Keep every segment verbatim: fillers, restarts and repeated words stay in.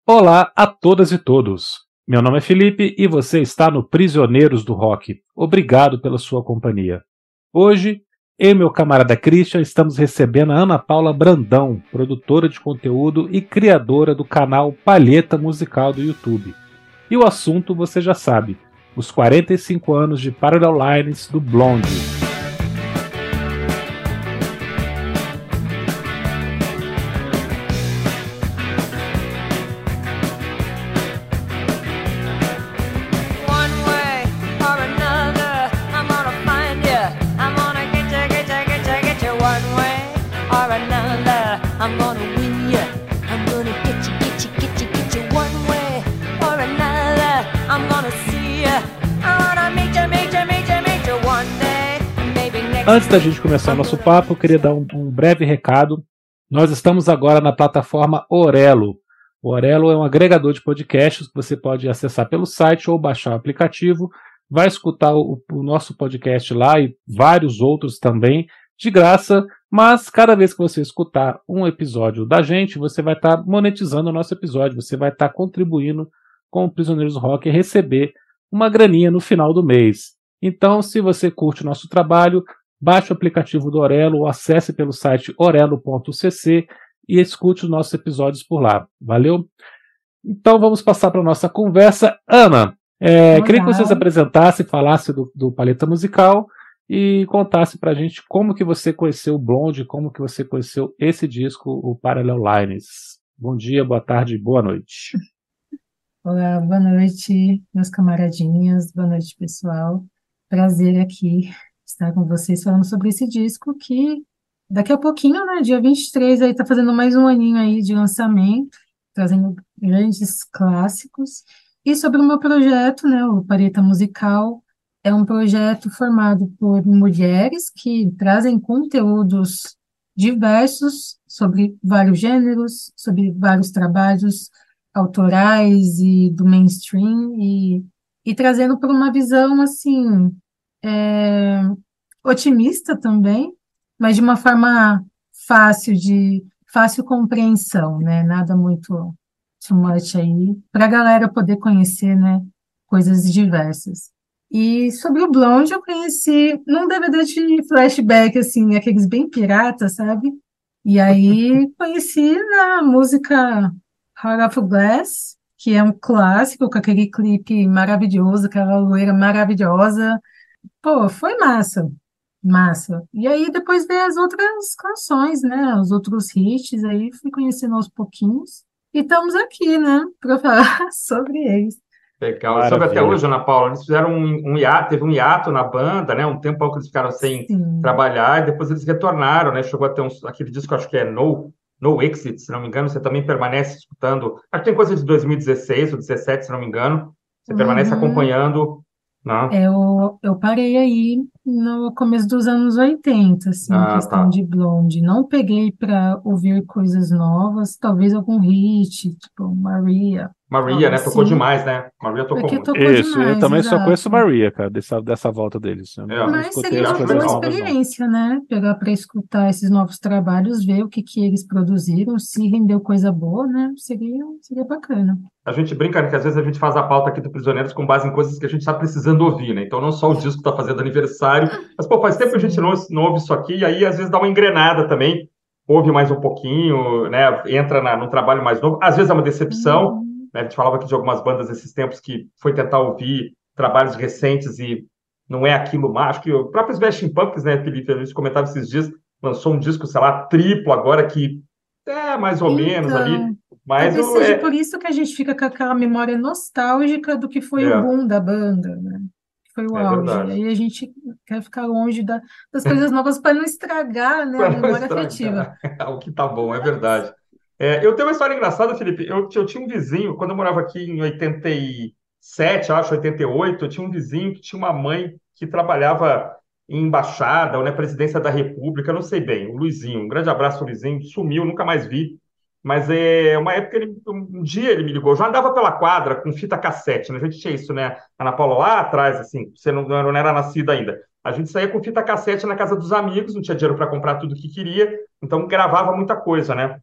Olá a todas e todos. Meu nome é Felipe e você está no Prisioneiros do Rock. Obrigado pela sua companhia. Hoje, eu e meu camarada Christian estamos recebendo a Ana Paula Brandão, produtora de conteúdo e criadora do canal Palheta Musical do YouTube. E o assunto você já sabe, os quarenta e cinco anos de Parallel Lines do Blondie. Antes da gente começar o nosso papo, eu queria dar um, um breve recado. Nós estamos agora na plataforma Orelo. O Orelo é um agregador de podcasts que você pode acessar pelo site ou baixar o aplicativo. Vai escutar o, o nosso podcast lá e vários outros também, de graça. Mas cada vez que você escutar um episódio da gente, você vai estar monetizando o nosso episódio. Você vai estar contribuindo com o Prisioneiros do Rock e receber uma graninha no final do mês. Então, se você curte o nosso trabalho, baixe o aplicativo do Orelo ou acesse pelo site orelo ponto c c e escute os nossos episódios por lá. Valeu? Então vamos passar para a nossa conversa. Ana, é, queria que você se apresentasse, falasse do, do Palheta Musical e contasse para a gente como que você conheceu o Blondie, como que você conheceu esse disco, o Parallel Lines. Bom dia, boa tarde, boa noite. Olá, boa noite, meus camaradinhas, boa noite, pessoal. Prazer aqui estar com vocês falando sobre esse disco que daqui a pouquinho, né, dia vinte e três, aí tá fazendo mais um aninho aí de lançamento, trazendo grandes clássicos. E sobre o meu projeto, né, o Palheta Musical, é um projeto formado por mulheres que trazem conteúdos diversos sobre vários gêneros, sobre vários trabalhos autorais e do mainstream, e, e trazendo por uma visão, assim, é, otimista também, mas de uma forma fácil de fácil compreensão, né? Nada muito too much aí, para a galera poder conhecer, né, coisas diversas. E sobre o Blonde eu conheci num D V D de flashback, assim, aqueles bem piratas, sabe? E aí conheci na música Heart of Glass, que é um clássico, com aquele clipe maravilhoso, aquela loira maravilhosa. Pô, foi massa, massa. E aí depois veio as outras canções, né? Os outros hits, aí fui conhecendo aos pouquinhos. E estamos aqui, né? Para falar sobre eles. Legal. E sobre até Maravilha. hoje, Ana Paula, eles fizeram um, um hiato, teve um hiato na banda, né? Um tempo que eles ficaram sem Sim. trabalhar e depois eles retornaram, né? Chegou a ter uns, aquele disco, acho que é No, No Exit, se não me engano, você também permanece escutando. Acho que tem coisa de dois mil e dezesseis ou dezessete, se não me engano. Você permanece Uhum. acompanhando, né? Eu, eu parei aí no começo dos anos oitenta, assim, Ah, questão tá. de Blonde. Não peguei para ouvir coisas novas, talvez algum hit, tipo Maria, Maria, algo né? Tocou assim, demais, né? Maria tocou porque muito. tocou Isso, eu demais, também só conheço exato. Maria, cara, dessa, dessa volta deles. Eu É, não, não Mas escutei eu seria as uma acho coisas boa legal. novas, não. experiência, né? Pegar para escutar esses novos trabalhos, ver o que que eles produziram, se rendeu coisa boa, né? Seria, seria bacana. A gente brinca, né, que às vezes a gente faz a pauta aqui do Prisioneiros com base em coisas que a gente está precisando ouvir, né? Então, não só o disco está fazendo aniversário, mas, pô, faz tempo que a gente Sim. não, não ouve isso aqui, e aí às vezes dá uma engrenada também, ouve mais um pouquinho, né? Entra na, num trabalho mais novo. Às vezes é uma decepção, Uhum. né? A gente falava aqui de algumas bandas esses tempos que foi tentar ouvir trabalhos recentes e não é aquilo mágico. Que o próprio Smashing Pumpkins, né, Felipe? A gente comentava esses dias, lançou um disco, sei lá, triplo agora, que é mais ou menos ali, Então, mas talvez o, seja por é, isso que a gente fica com aquela memória nostálgica do que foi o é, boom da banda, né? Que foi o é auge. verdade. Aí a gente quer ficar longe da- das coisas novas para não estragar, né, a Para não memória afetiva. estragar o que tá bom, é Mas, verdade. É, eu tenho uma história engraçada, Felipe. Eu, eu tinha um vizinho, quando eu morava aqui em oitenta e sete, acho, oitenta e oito, eu tinha um vizinho que tinha uma mãe que trabalhava em embaixada ou na presidência da República, eu não sei bem, o Luizinho. Um grande abraço, Luizinho. Sumiu, nunca mais vi. Mas é uma época, ele, um dia ele me ligou, eu já andava pela quadra com fita cassete, né? A gente tinha isso, né? Ana Paula, lá atrás, assim, você não, não era nascida ainda. A gente saía com fita cassete na casa dos amigos, não tinha dinheiro para comprar tudo que queria, então gravava muita coisa, né?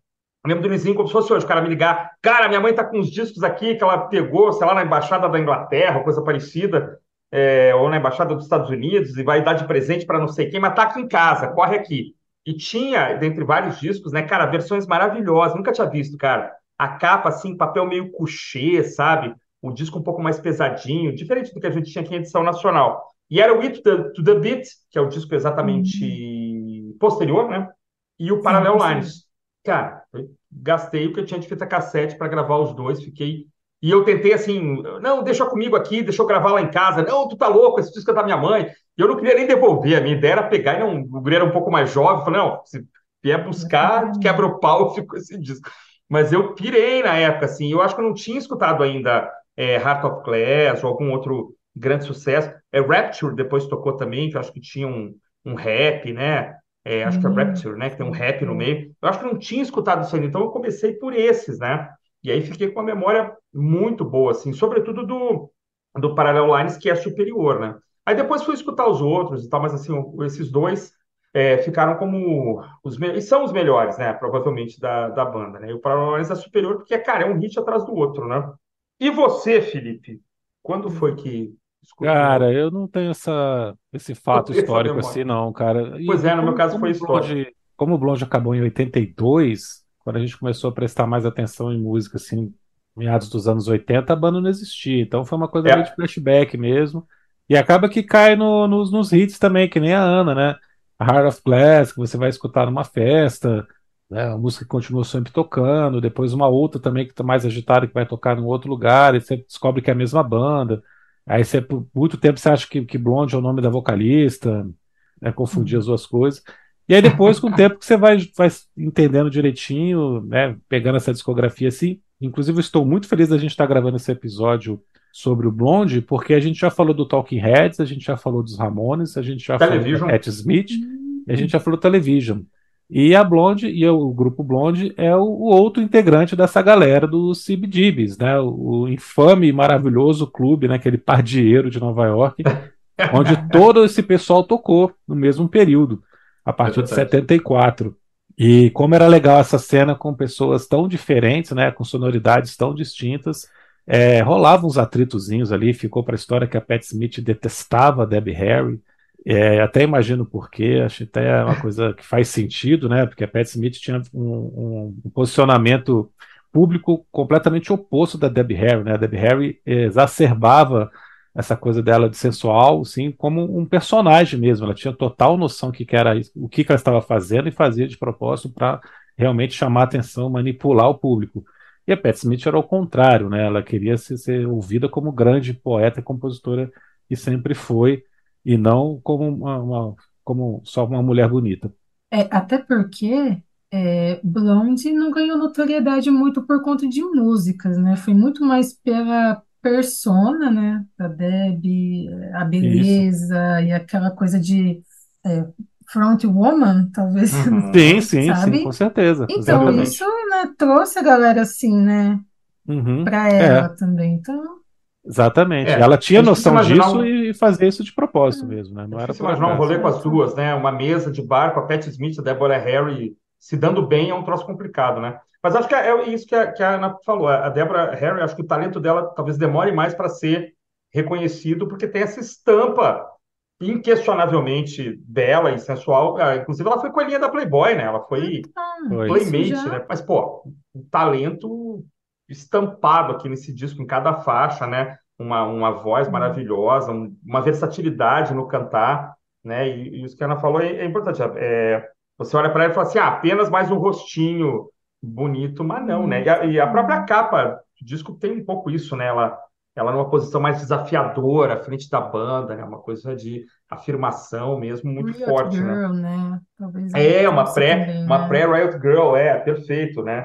Eu lembro do Luizinho como se fosse hoje, o cara me ligar, cara, minha mãe tá com uns discos aqui que ela pegou, sei lá, na Embaixada da Inglaterra, coisa parecida, é, ou na Embaixada dos Estados Unidos, e vai dar de presente para não sei quem, mas tá aqui em casa, corre aqui. E tinha, dentre vários discos, né, cara, versões maravilhosas, nunca tinha visto, cara. A capa, assim, papel meio couché, sabe? O disco um pouco mais pesadinho, diferente do que a gente tinha aqui em edição nacional. E era o It to the, to the Beat, que é o disco Uhum. exatamente posterior, né? E o Sim, Parallel posterior. Lines. Cara, eu gastei o que eu tinha de fita cassete para gravar os dois, fiquei. E eu tentei assim, não, deixa comigo aqui, deixa eu gravar lá em casa. Não, tu tá louco, esse disco é da minha mãe. E eu não queria nem devolver, a minha ideia era pegar e não. O guri era um pouco mais jovem, falei, não, se vier Vai ficar buscar, quebra mesmo. o pau, eu fico com esse disco. Mas eu pirei na época, assim, eu acho que eu não tinha escutado ainda é, Heart of Glass ou algum outro grande sucesso. É, Rapture depois tocou também, que eu acho que tinha um, um rap, né? É, acho que é Sim, Rapture, né? Que tem um sim, rap no é. meio. Eu acho que eu não tinha escutado isso ainda, então eu comecei por esses, né? E aí fiquei com uma memória muito boa, assim, sobretudo do, do Parallel Lines, que é superior, né? Aí depois fui escutar os outros e tal, mas assim, o- esses dois é, ficaram como os me- e são os melhores, né? Provavelmente da, da banda, né? E o Parallel Lines é superior porque, cara, é um hit atrás do outro, né? E você, Felipe, quando foi que Cara, escutou? eu não tenho essa, esse Não fato tem essa histórico memória. assim, não, cara. Pois E, e é, no meu como, caso como foi o história. Blonde, como o Blonde acabou em oitenta e dois, quando a gente começou a prestar mais atenção em música, assim, meados dos anos oitenta, a banda não existia. Então foi uma coisa meio de É, flashback mesmo. E acaba que cai no- nos, nos hits também, que nem a Ana, né? A Heart of Glass, que você vai escutar numa festa, né? A música que continua sempre tocando, depois uma outra também que tá mais agitada, que vai tocar num outro lugar, e você descobre que é a mesma banda. Aí você, por muito tempo, você acha que, que Blonde é o nome da vocalista, né, confundir as Uhum. duas coisas. E aí depois, com o tempo, que você vai, vai entendendo direitinho, né, pegando essa discografia assim. Inclusive, eu estou muito feliz da gente estar gravando esse episódio sobre o Blonde, porque a gente já falou do Talking Heads, a gente já falou dos Ramones, a gente já falou da Television. Patti Smith, e a gente já Uhum. falou Television. E a Blonde, e o grupo Blonde é o, o outro integrante dessa galera do C B G Bs, né? O, o infame e maravilhoso clube, né? Aquele pardieiro de Nova York, onde Uhum. todo esse pessoal tocou no mesmo período, a É partir de verdade. setenta e quatro. E como era legal essa cena com pessoas tão diferentes, né? Com sonoridades tão distintas, é, rolavam uns atritozinhos ali, ficou para a história que a Pat Smith detestava a Debbie Harry. É, até imagino por quê, acho até uma coisa que faz sentido, né? Porque a Pat Smith tinha um, um- um posicionamento público completamente oposto da Debbie Harry, né? A Debbie Harry exacerbava essa coisa dela de sensual, assim, como um personagem mesmo. Ela tinha total noção que que era isso, o que, que ela estava fazendo e fazia de propósito para realmente chamar a atenção, manipular o público. E a Pat Smith era o contrário, né? Ela queria ser, ser ouvida como grande poeta e compositora que sempre foi, e não como, uma, uma- como só uma mulher bonita. É, até porque é, Blonde não ganhou notoriedade muito por conta de músicas, né? Foi muito mais pela persona, né? Da Debbie, a Isso. beleza e aquela coisa de é, front woman, talvez, Sim, Uhum. sim, sim, com sabe? certeza, Então, isso, exatamente. né, trouxe a galera assim, né, Uhum. pra É, ela também. Então, exatamente. É, Ela é tinha difícil noção imaginar disso um, e fazia isso de propósito é, mesmo, né? é Não era difícil por imaginar um acaso. rolê com as exato. duas, né? Uma mesa de bar com a Pat Smith, a Deborah Harry se dando bem é um troço complicado, né? Mas acho que é é isso que a, que a Ana falou. A Deborah Harry, acho que o talento dela talvez demore mais para ser reconhecido, porque tem essa estampa inquestionavelmente bela e sensual. Ah, inclusive, ela foi coelhinha da Playboy, né? Ela foi Então, Foi. isso Playmate, já. né? Mas, pô, um talento estampado aqui nesse disco, em cada faixa, né? Uma, uma voz maravilhosa, um- uma versatilidade no cantar, né? E, e isso que a Ana falou é, é importante. É, você olha para ela e fala assim, ah, apenas mais um rostinho bonito, mas não, né? E a, e a própria capa do disco tem um pouco isso, né? Ela, ela numa posição mais desafiadora, à frente da banda, né? Uma coisa de afirmação mesmo muito Riot forte, né? Girl, né? Talvez É, uma trouxe pré, também, uma né? pré-Riot Girl, é, perfeito, né?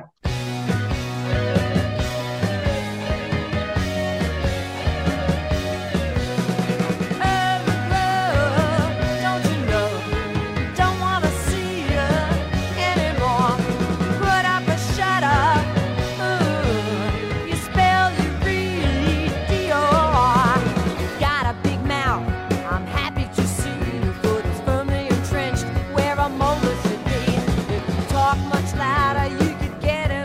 Talk much louder, you could get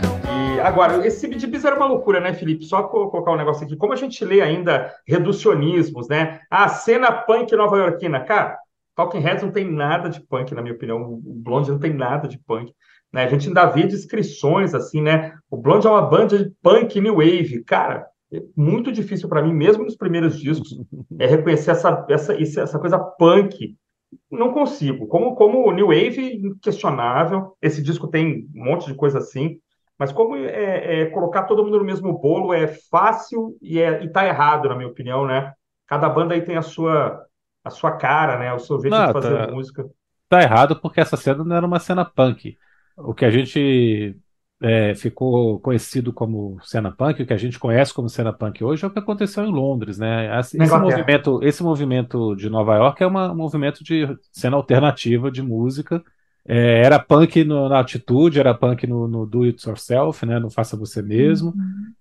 agora, esse B D Bis era uma loucura, né, Felipe? Só co- colocar um negócio aqui. Como a gente lê ainda reducionismos, né? A cena punk nova-iorquina. Cara, Talking Heads não tem nada de punk, na minha opinião. O Blonde não tem nada de punk. Né? A gente ainda vê descrições assim, né? O Blonde é uma banda de punk new wave. Cara, é muito difícil para mim, mesmo nos primeiros discos, é reconhecer essa, essa, essa essa coisa punk. Não consigo. Como, como New Wave, inquestionável. Esse disco tem um monte de coisa assim. Mas como é, é, colocar todo mundo no mesmo bolo é fácil e, é, e tá errado, na minha opinião, né? Cada banda aí tem a sua, a sua cara, né? O seu jeito de Não, fazer tá, música. tá errado porque essa cena não era uma cena punk. O que a gente é, ficou conhecido como cena punk, o que a gente conhece como cena punk hoje é o que aconteceu em Londres, né? Esse Na esse Inglaterra. movimento, esse movimento de Nova York é uma- um movimento de cena alternativa de música. É, era punk no- na atitude, era punk no, no do it yourself, né? No faça você mesmo, Uhum.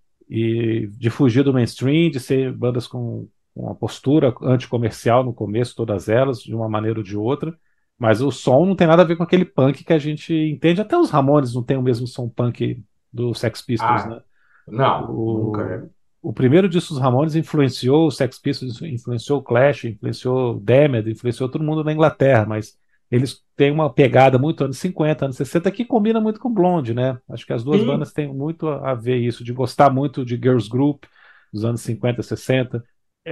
e de fugir do mainstream, de ser bandas com com uma postura anticomercial no começo, todas elas, de uma maneira ou de outra. Mas o som não tem nada a ver com aquele punk que a gente entende. Até os Ramones não tem o mesmo som punk do Sex Pistols, Ah, né? não, nunca. O, É. o primeiro disco dos Ramones influenciou o Sex Pistols, influenciou o Clash, influenciou o Damned, influenciou todo mundo na Inglaterra, mas eles têm uma pegada muito anos cinquenta, anos sessenta, que combina muito com Blonde, né? Acho que as duas Sim, bandas têm muito a ver isso, de gostar muito de girls group dos anos cinquenta, sessenta.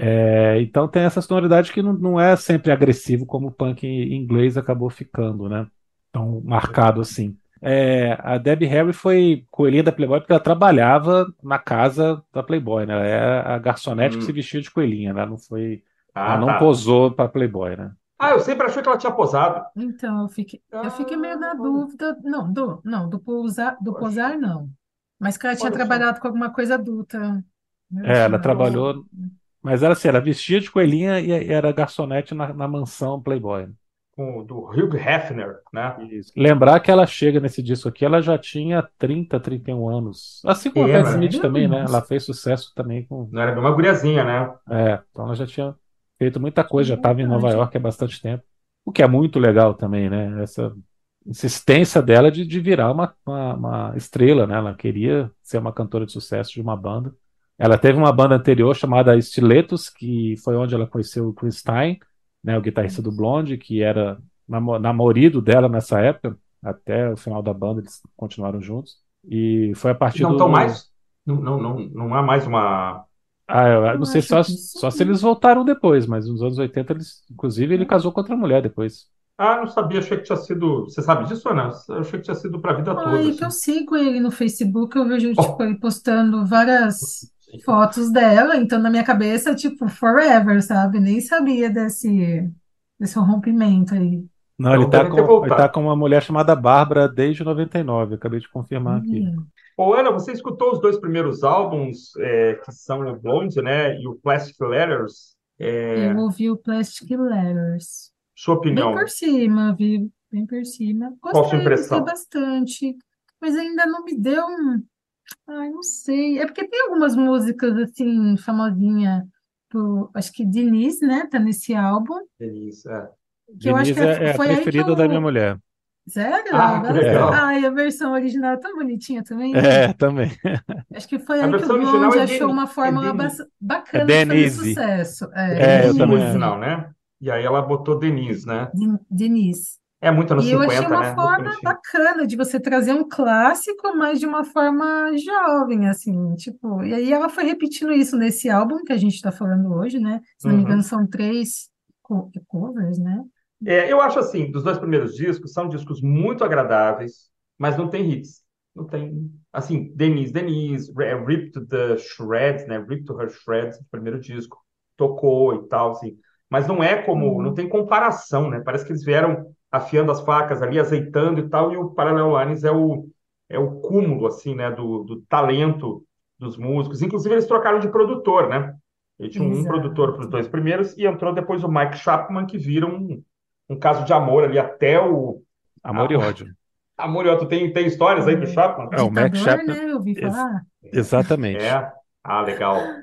É, então tem essa sonoridade que não, não é sempre agressivo como o punk inglês acabou ficando, né? Tão marcado assim. É, a Debbie Harry foi coelhinha da Playboy porque ela trabalhava na casa da Playboy, né? Ela era a garçonete que se hum, vestia de coelhinha, né? Ela não foi, ela ah, não tá. posou para Playboy, né? Ah, eu sempre achei que ela tinha posado. Então, eu fiquei, eu fiquei meio Ah, na olha, dúvida, não, do, não, do posar, do poxa, posar não, mas que ela tinha olha só. trabalhado com alguma coisa adulta. Eu É, ela achava isso. Não, trabalhou, mas era assim, ela vestia de coelhinha e e era garçonete na, na mansão Playboy, né? com o do Hugh Hefner, né? Isso. Lembrar que ela chega nesse disco aqui, ela já tinha trinta, trinta e um anos. Assim como a É, Pat não era, Smith Sério? também, né? Ela Nossa, fez sucesso também com. não era uma guriazinha, né? É, então ela já tinha feito muita que coisa, já estava em Nova verdade. York há bastante tempo. O que é muito legal também, né? Essa insistência dela de, de virar uma, uma, uma estrela, né? Ela queria ser uma cantora de sucesso de uma banda. Ela teve uma banda anterior chamada Stilettos, que foi onde ela conheceu o Chris Stein, né? O guitarrista do Blonde, que era namo- namorado dela nessa época. Até o final da banda eles continuaram juntos. E foi a partir Não estão do. mais. Não, não, não, não há mais uma. Ah, eu não Eu sei acho só, que só se eles sim. voltaram depois, mas nos anos oitenta eles, inclusive, ele casou com outra mulher depois. Ah, não sabia, achei que tinha sido. Você sabe disso ou não? Eu achei que tinha sido para a vida toda, Ai, que eu assim. sigo ele no Facebook, eu vejo, tipo, Oh, ele postando várias fotos dela, então na minha cabeça, tipo, forever, sabe? Nem sabia desse, desse rompimento aí. Não, ele então tá devem ter com, ele tá voltado. com uma mulher chamada Bárbara desde noventa e nove, eu acabei de confirmar aqui. Olha, Ô, Ana, você escutou os dois primeiros álbuns, é, que são o Blonde, né? E o Plastic Letters? eu É, ouvi o Plastic Letters. sua Bem por opinião, cima, vi, bem por cima. qual sua Gostei, gostei impressão? bastante, mas ainda não me deu um. Ai, não sei. É porque tem algumas músicas, assim, famosinha, do, acho que Denise, né, tá nesse álbum, Denise, é. que eu acho que Denise é, é a foi aí que preferida da minha eu. mulher. Sério? Eu Ah, que gosto. É, legal. Ai, a versão original é tão bonitinha também, né? é, também. Acho que foi A aí que o versão original Blonde é achou Deni, uma é fórmula ba- Deni, É bacana de fazer Denise. sucesso. é É, É, eu Denise o também acho. Denise, original, né? E aí ela botou Denise, né? Den- Denise. É muito anos E eu achei cinquenta, uma né? Muito forma bonitinho. bacana de você trazer um clássico, mas de uma forma jovem, assim, tipo, e aí ela foi repetindo isso nesse álbum que a gente está falando hoje, né? Se não me engano, Uhum. são três co- covers, né? É, eu acho assim, dos dois primeiros discos, são discos muito agradáveis, mas não tem hits. Não tem, assim, Denise, Denise, é, Rip to the Shreds, né? Rip to Her Shreds, o primeiro disco, tocou e tal, assim. Mas não é como, não Hum, tem comparação, né? Parece que eles vieram afiando as facas ali, azeitando e tal, e o Parallel Lines é o, é o cúmulo, assim, né? Do, do talento dos músicos. Inclusive, eles trocaram de produtor, né? Ele tinha um produtor para os exato. dois primeiros e entrou depois o Mike Chapman, que vira um um caso de amor ali até o. Amor A, e o ódio. amor e outro, tem, tem histórias aí do É, Chapman? É, o Mac ditador, Chapman. né? Eu ouvi ex- falar. exatamente. É. Ah, legal.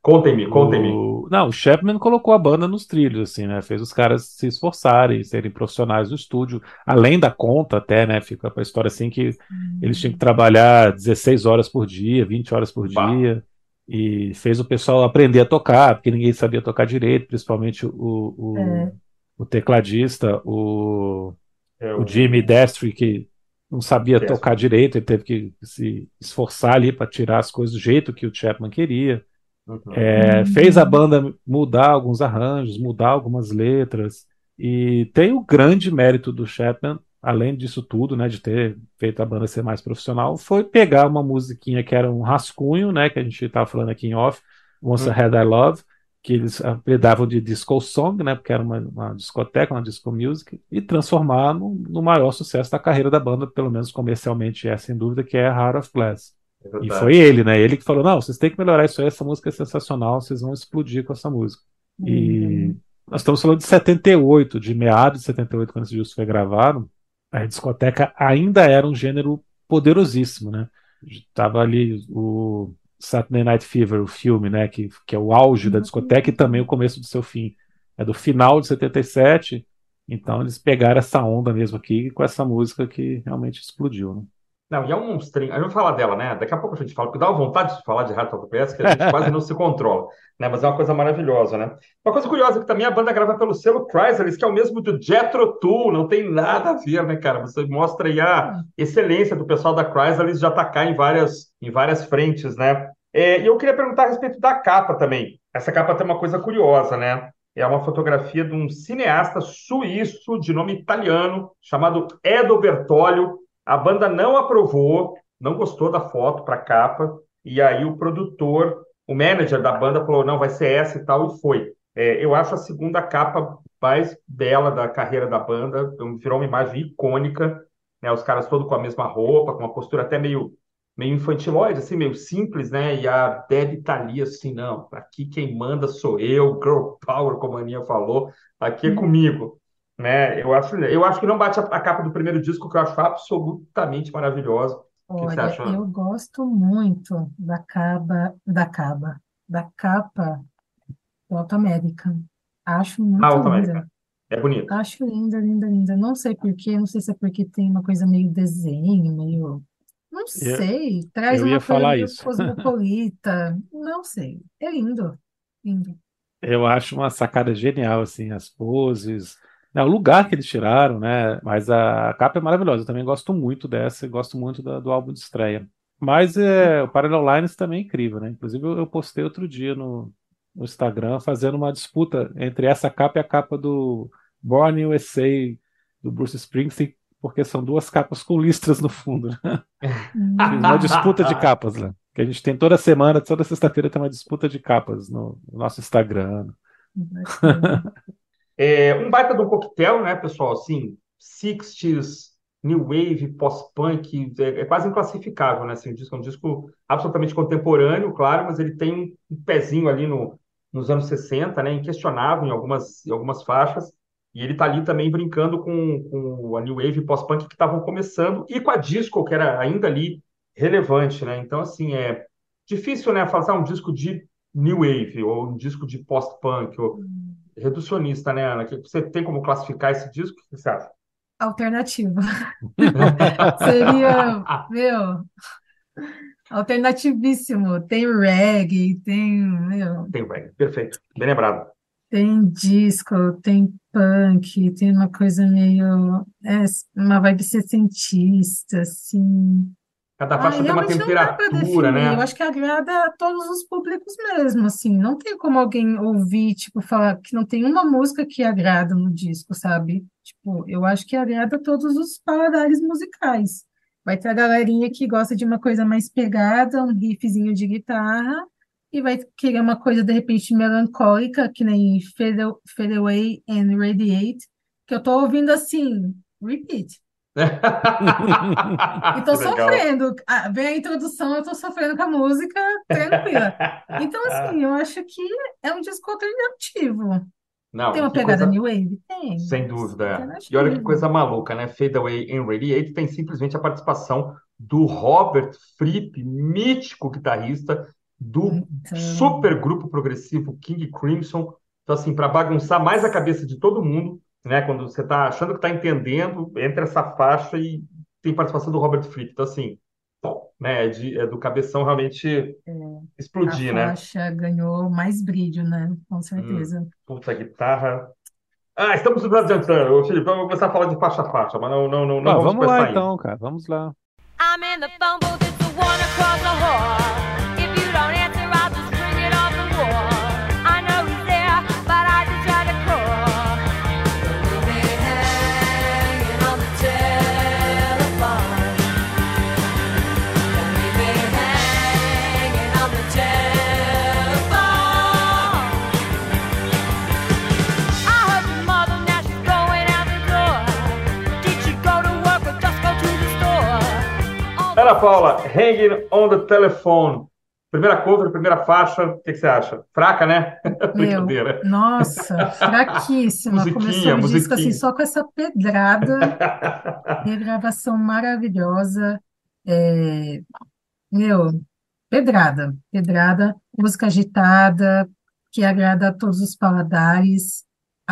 Contem-me, contem-me. O... Não, o Chapman colocou a banda nos trilhos, assim, né? Fez os caras se esforçarem, serem profissionais do estúdio, além da conta até, né? Fica pra história assim que eles tinham que Hum, trabalhar dezesseis horas por dia, vinte horas por Bah, dia, e fez o pessoal aprender a tocar, porque ninguém sabia tocar direito, principalmente o, o, é, o tecladista, o, é o Jimmy o Destri, que não sabia Destro. tocar direito, ele teve que se esforçar ali para tirar as coisas do jeito que o Chapman queria. Uhum. É, fez a uhum, banda mudar alguns arranjos, mudar algumas letras, e tem o grande mérito do Chapman, além disso tudo, né, de ter feito a banda ser mais profissional, foi pegar uma musiquinha que era um rascunho, né, que a gente estava falando aqui em off, Once I Had I Uhum. Love, que eles apelidavam de disco song, né, porque era uma, uma discoteca, uma disco music, e transformar no, no maior sucesso da carreira da banda, pelo menos comercialmente é sem dúvida, que é Heart of Glass. É E foi verdade. ele, né? Ele que falou: não, vocês têm que melhorar isso aí, essa música é sensacional, vocês vão explodir com essa música. E uhum. nós estamos falando de setenta e oito, de meados de setenta e oito, quando esse disco foi gravado, a discoteca ainda era um gênero poderosíssimo, né? Tava ali o Saturday Night Fever, o filme, né? Que, que é o auge da discoteca e também o começo do seu fim. É do final de setenta e sete, então eles pegaram essa onda mesmo aqui com essa música que realmente explodiu, né? Não, e é um monstrinho. A gente vai falar dela, né? Daqui a pouco a gente fala, porque dá uma vontade de falar de Heart of Glass que a gente quase não se controla, né? Mas é uma coisa maravilhosa, né? Uma coisa curiosa é que também a banda grava pelo selo Chrysalis, que é o mesmo do Jethro Tull, não tem nada a ver, né, cara? Você mostra aí a excelência do pessoal da Chrysalis de atacar em várias, em várias frentes, né? É, e eu queria perguntar a respeito da capa também. Essa capa tem uma coisa curiosa, né? É uma fotografia de um cineasta suíço de nome italiano chamado Edo Bertolio. A banda não aprovou, não gostou da foto para capa, e aí o produtor, o manager da banda falou, não, vai ser essa e tal, e foi. É, eu acho a segunda capa mais bela da carreira da banda, então, virou uma imagem icônica, né? Os caras todos com a mesma roupa, com uma postura até meio, meio infantilóide, assim, meio simples, né? E a Debbie tá ali assim, não, aqui quem manda sou eu, girl power, como a Aninha falou, aqui é Uhum. comigo, né? Eu acho, eu acho que não bate a, a capa do primeiro disco, que eu acho absolutamente maravilhosa. O que que você Olha, acha, Ana? eu gosto muito da capa, da capa, da capa do Auto American. Acho Ah, muito Alta linda. América. É bonito. Acho linda, linda, linda. Não sei por quê, não sei se é porque tem uma coisa meio desenho, meio. Não Eu, sei, traz eu ia uma coisa falar meio isso. cosmopolita. Não sei. É lindo. Lindo. Eu acho uma sacada genial, assim, as poses, né, o lugar que eles tiraram, né? Mas a capa é maravilhosa. Eu também gosto muito dessa e gosto muito da- do álbum de estreia. Mas é, o Parallel Lines também é incrível, né? Inclusive eu, eu postei outro dia no, no Instagram fazendo uma disputa entre essa capa e a capa do Born U S A do Bruce Springsteen, porque são duas capas com listras no fundo, né? Fiz uma disputa de Hum, capas lá. Que a gente tem toda semana, toda sexta-feira tem uma disputa de capas no, no nosso Instagram. bacana. É um baita de um coquetel, né, pessoal? Assim, sixties, New Wave, post-punk, é, é quase inclassificável, né? Assim, o disco é um disco absolutamente contemporâneo, claro, mas ele tem um, um pezinho ali no, nos anos sessenta, né? Inquestionável em algumas, em algumas faixas. E ele tá ali também brincando com, com a New Wave e pós-punk que estavam começando e com a disco, que era ainda ali relevante, né? Então, assim, é difícil, né, falar um disco de New Wave ou um disco de post-punk ou reducionista, né, Ana? Que você tem como classificar esse disco? O que você acha? Alternativa. Seria, meu, alternativíssimo. Tem reggae, tem, meu, Tem, velho. Perfeito. Bem lembrado. tem disco, tem punk, tem uma coisa meio, é, uma vibe sessentista, assim. Cada Ah, faixa tem uma realmente não dá para temperatura, definir. Eu né? acho que agrada a todos os públicos mesmo, assim. Não tem como alguém ouvir, tipo, falar que não tem uma música que agrada no disco, sabe? Tipo, eu acho que agrada a todos os paladares musicais. Vai ter a galerinha que gosta de uma coisa mais pegada, um riffzinho de guitarra, e vai querer uma coisa, de repente, melancólica, que nem Fade, Fade Away and Radiate, que eu tô ouvindo assim, repeat. E tô Que legal. sofrendo. Ah, vem a introdução, eu tô sofrendo com a música, tranquila. Então, assim, eu acho que é um disco alternativo. Tem Não, uma que pegada coisa, New Wave? Tem, sem mas dúvida. É. E olha que alternativo. coisa maluca, né? Fade Away in Radiate tem simplesmente a participação do Robert Fripp, mítico guitarrista do Então, super grupo progressivo King Crimson. Então, assim, para bagunçar mais a cabeça de todo mundo, né? Quando você está achando que está entendendo, entra essa faixa e tem participação do Robert Fripp. Então, assim, bom, né? É, de, é do cabeção realmente é, a explodir, né? faixa ganhou mais brilho, né? Com Hum, certeza. puta guitarra. Ah, estamos nos adiantando. Ô, Felipe, vamos começar a falar de faixa a faixa, mas não, não, não, não Ó, vamos vamos lá começar ainda. então, cara. Vamos lá. I'm in the phone booth, it's the one across the hall. If you don't answer, I'll just bring it off the wall. I know he's there, but I just try to call. Leave me hanging on the telephone. Leave me hanging on the telephone. I heard your mother, now she's going out the door. Did she go to work or just go to the store? Ana Paula, Hanging on the Telephone. Primeira cover, primeira faixa, o que, que você acha? Fraca, né? Meu, Brincadeira. nossa, fraquíssima. Começou Musiquinha, o disco assim, musiquinha. só com essa pedrada, regravação maravilhosa. É, meu, pedrada, pedrada, música agitada, que agrada a todos os paladares.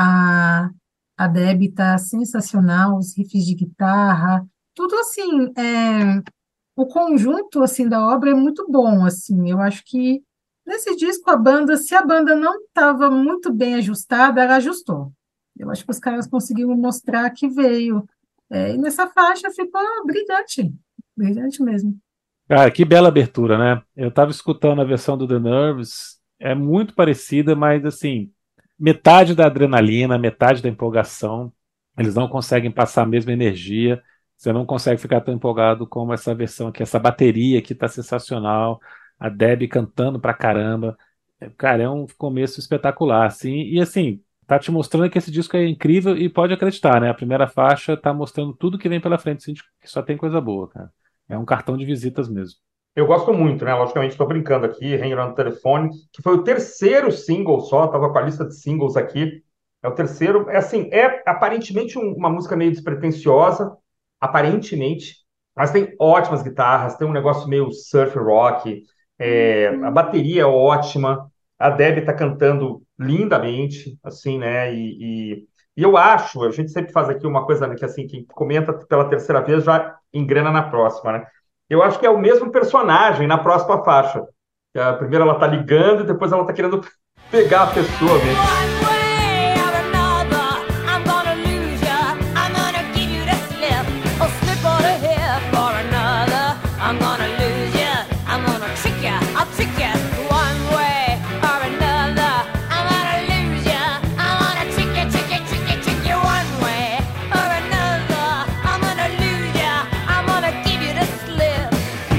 A, a Debbie tá sensacional, os riffs de guitarra, tudo assim, é, o conjunto assim da obra é muito bom, assim. Eu acho que nesse disco a banda, se a banda não estava muito bem ajustada, ela ajustou. Eu acho que os caras conseguiram mostrar que veio. É, e nessa faixa ficou brilhante, brilhante mesmo. Cara, que bela abertura, né? Eu tava escutando a versão do The Nerves, é muito parecida, mas assim, metade da adrenalina, metade da empolgação, eles não conseguem passar a mesma energia, você não consegue ficar tão empolgado como essa versão aqui, essa bateria aqui tá sensacional, a Debbie cantando pra caramba. É, cara, é um começo espetacular, assim, e assim, tá te mostrando que esse disco é incrível e pode acreditar, né? A primeira faixa tá mostrando tudo que vem pela frente, assim, que só tem coisa boa, cara. É um cartão de visitas mesmo. Eu gosto muito, né? Logicamente, estou brincando aqui, Hanging on the Telephone, que foi o terceiro single só, estava com a lista de singles aqui. É o terceiro. É assim, é aparentemente um- uma música meio despretensiosa, aparentemente, mas tem ótimas guitarras, tem um negócio meio surf rock, é, a bateria é ótima, a Debbie está cantando lindamente, assim, né? E, e, e eu acho, a gente sempre faz aqui uma coisa, né, que assim, quem comenta pela terceira vez já engrena na próxima, né? Eu acho que é o mesmo personagem na próxima faixa. Que a primeira ela tá ligando e depois ela tá querendo pegar a pessoa mesmo. One way or another, I'm gonna lose ya. I'm gonna give you the slip, or slip on a hip or another. I'm gonna lose ya. I'm gonna trick ya. I'll trick ya. One way or another, I'm gonna lose ya. I'm gonna trick ya, trick ya, trick ya, trick ya. One way or another, I'm gonna lose ya. I'm gonna give you the slip.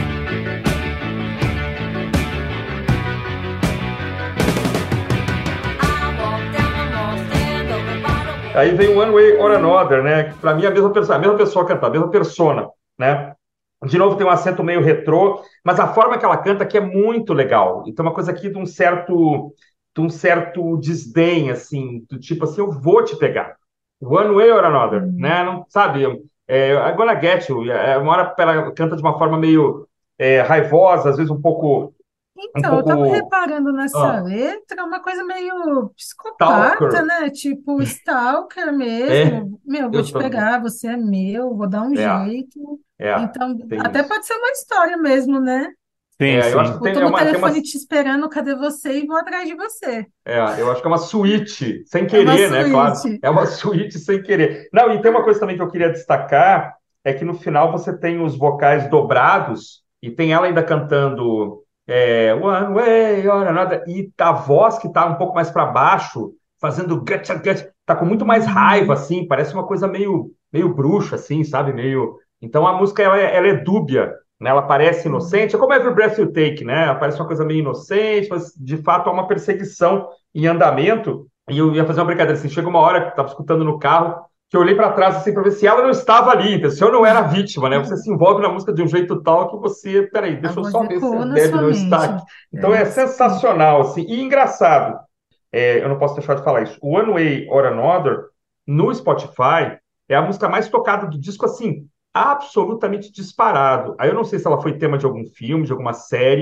I walk down the mall, stand on the bottom. Aí vem o One Way or Another, né? Que pra mim é a mesma pessoa, a mesma pessoa cantar, a mesma persona, né? De novo tem um acento meio retrô, mas a forma que ela canta aqui é muito legal. Então uma coisa aqui de um certo, de um certo desdém, assim, do tipo assim, eu vou te pegar. One Way or Another, Hum. né? Não sabe? É, I'm gonna get you. É, uma hora ela canta de uma forma meio é, raivosa, às vezes um pouco, um Então, eu estava pouco reparando nessa ah, letra uma coisa meio psicopata, stalker. né? Tipo, stalker É, mesmo. Meu, vou eu te também. pegar, você é meu, vou dar um É, jeito. é, Então, tem até isso. pode ser uma história mesmo, né? Sim, É, eu acho que sim. Tipo, tem, tô é no uma, tem uma, telefone te esperando, cadê você? E vou atrás de você. é, eu acho que é uma suíte, sem É uma querer, né? Claro, suíte. é uma suíte sem querer. Não, e tem uma coisa também que eu queria destacar, é que no final você tem os vocais dobrados e tem ela ainda cantando é, One Way or Another, e a voz que tá um pouco mais para baixo, fazendo gutcha, gutcha, tá com muito mais raiva, Uhum. assim, parece uma coisa meio, meio bruxa, assim, sabe? Meio... Então a música, ela, é- ela é dúbia, né? Ela parece inocente, é como Every Breath You Take, né? Ela parece uma coisa meio inocente, mas de fato há uma perseguição em andamento. E eu ia fazer uma brincadeira assim, chega uma hora que eu estava escutando no carro, que eu olhei para trás assim para ver se ela não estava ali, então, se eu não era a vítima, né? Você se envolve na música de um jeito tal que você, peraí, A deixa eu voz só ver se a ecoou na Debbie sua não está mente. aqui. Então É é isso aí. sensacional, assim, e engraçado. É, eu não posso deixar de falar isso. O One Way or Another, no Spotify, é a música mais tocada do disco, assim, absolutamente disparado. Aí eu não sei se ela foi tema de algum filme, de alguma série,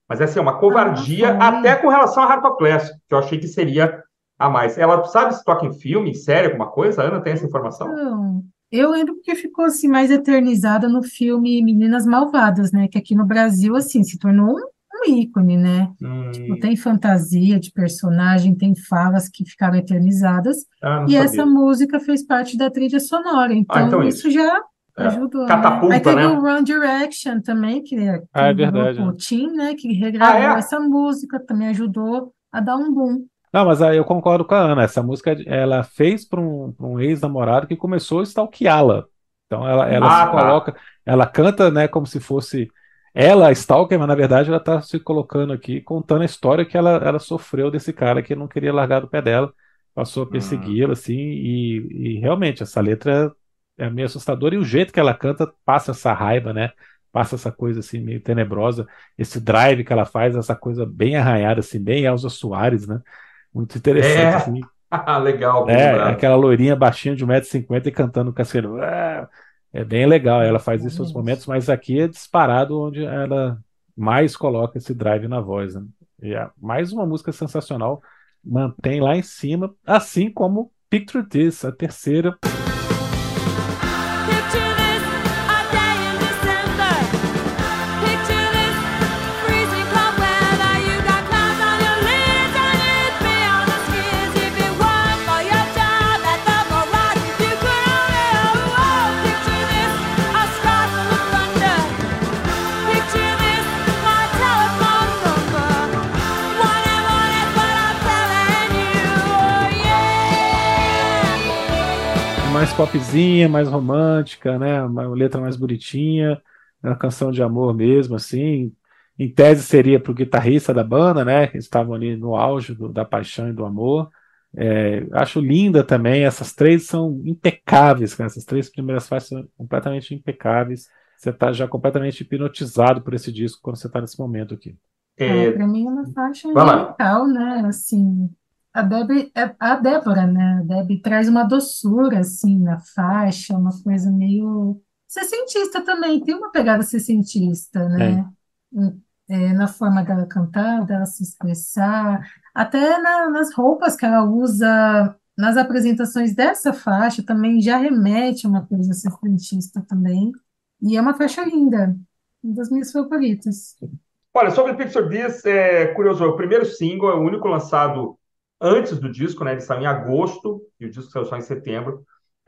Mas assim, é uma Ah, covardia foi. até com relação a Harpa Classic, que eu achei que seria a mais. Ela sabe se toca em filme, em série, alguma coisa? A Ana tem essa informação? Então, eu lembro que ficou assim mais eternizada no filme Meninas Malvadas, né? Que aqui no Brasil, assim, se tornou um, um ícone, né? Tipo, Hum, tem fantasia de personagem, tem falas que ficaram eternizadas, ah, não e essa sabia. música fez parte da trilha sonora, Ah, então então é isso isso. já É. ajudou, né? Aí Catapulta, teve o né? One Direction também, que é Ah, é aquele verdade, grupo né? Teen, né? Que Ah, regravou é? essa música, também ajudou a dar um boom. Não, mas aí eu concordo com a Ana. Essa música ela fez para um, pra um ex-namorado que começou a stalkeá-la. Então ela, ela se Ah, Hum. tá. coloca, ela canta, né, como se fosse ela a stalker, mas na verdade ela está se colocando aqui, contando a história que ela, ela sofreu desse cara que não queria largar do pé dela, passou a Hum. persegui-la, assim, e, e realmente essa letra é meio assustadora e o jeito que ela canta passa essa raiva, né? Passa essa coisa assim meio tenebrosa, esse drive que ela faz, essa coisa bem arranhada, assim, bem Elza Soares, né? Muito interessante, É. assim, Legal, bem né? lembrado. Aquela loirinha baixinha de um metro e cinquenta e cantando casqueiro. Ah, é bem legal, ela faz isso nos momentos, Realmente. mas aqui é disparado onde ela mais coloca esse drive na voz, né? E é mais uma música sensacional, mantém lá em cima, assim como Picture This, a terceira. Picture this, a day in December. Picture this, freezing cold weather. You got clouds on your lids and you'd be on the skids if it weren't for your job at the garage. You could only oh, oh, picture this, a sky full of thunder. Picture this, my telephone number. One and one is what I'm telling you. Oh yeah. Mais popzinha, mais romântica, né? Uma letra mais bonitinha, uma canção de amor mesmo, assim. Em tese seria para o guitarrista da banda, né? Que estavam ali no auge do- da paixão e do amor. É, acho linda também. Essas três são impecáveis, cara. Essas três primeiras faixas são completamente impecáveis. Você está já completamente hipnotizado por esse disco quando você está nesse momento aqui. É, É, para mim é uma faixa vai lá. angelical, né? Assim, a Debbie, é- a Débora, né? A Debbie traz uma doçura, assim, na faixa, uma coisa meio sessentista também, tem uma pegada sessentista, É. né? Hum, é, na forma dela cantar, dela se expressar, até na- nas roupas que ela usa nas apresentações dessa faixa também já remete a uma coisa sessentista também, e é uma faixa linda, uma das minhas favoritas. Olha, sobre Picture This, é curioso, é o primeiro single, é o único lançado antes do disco, né? Ele saiu em agosto e o disco saiu só em setembro.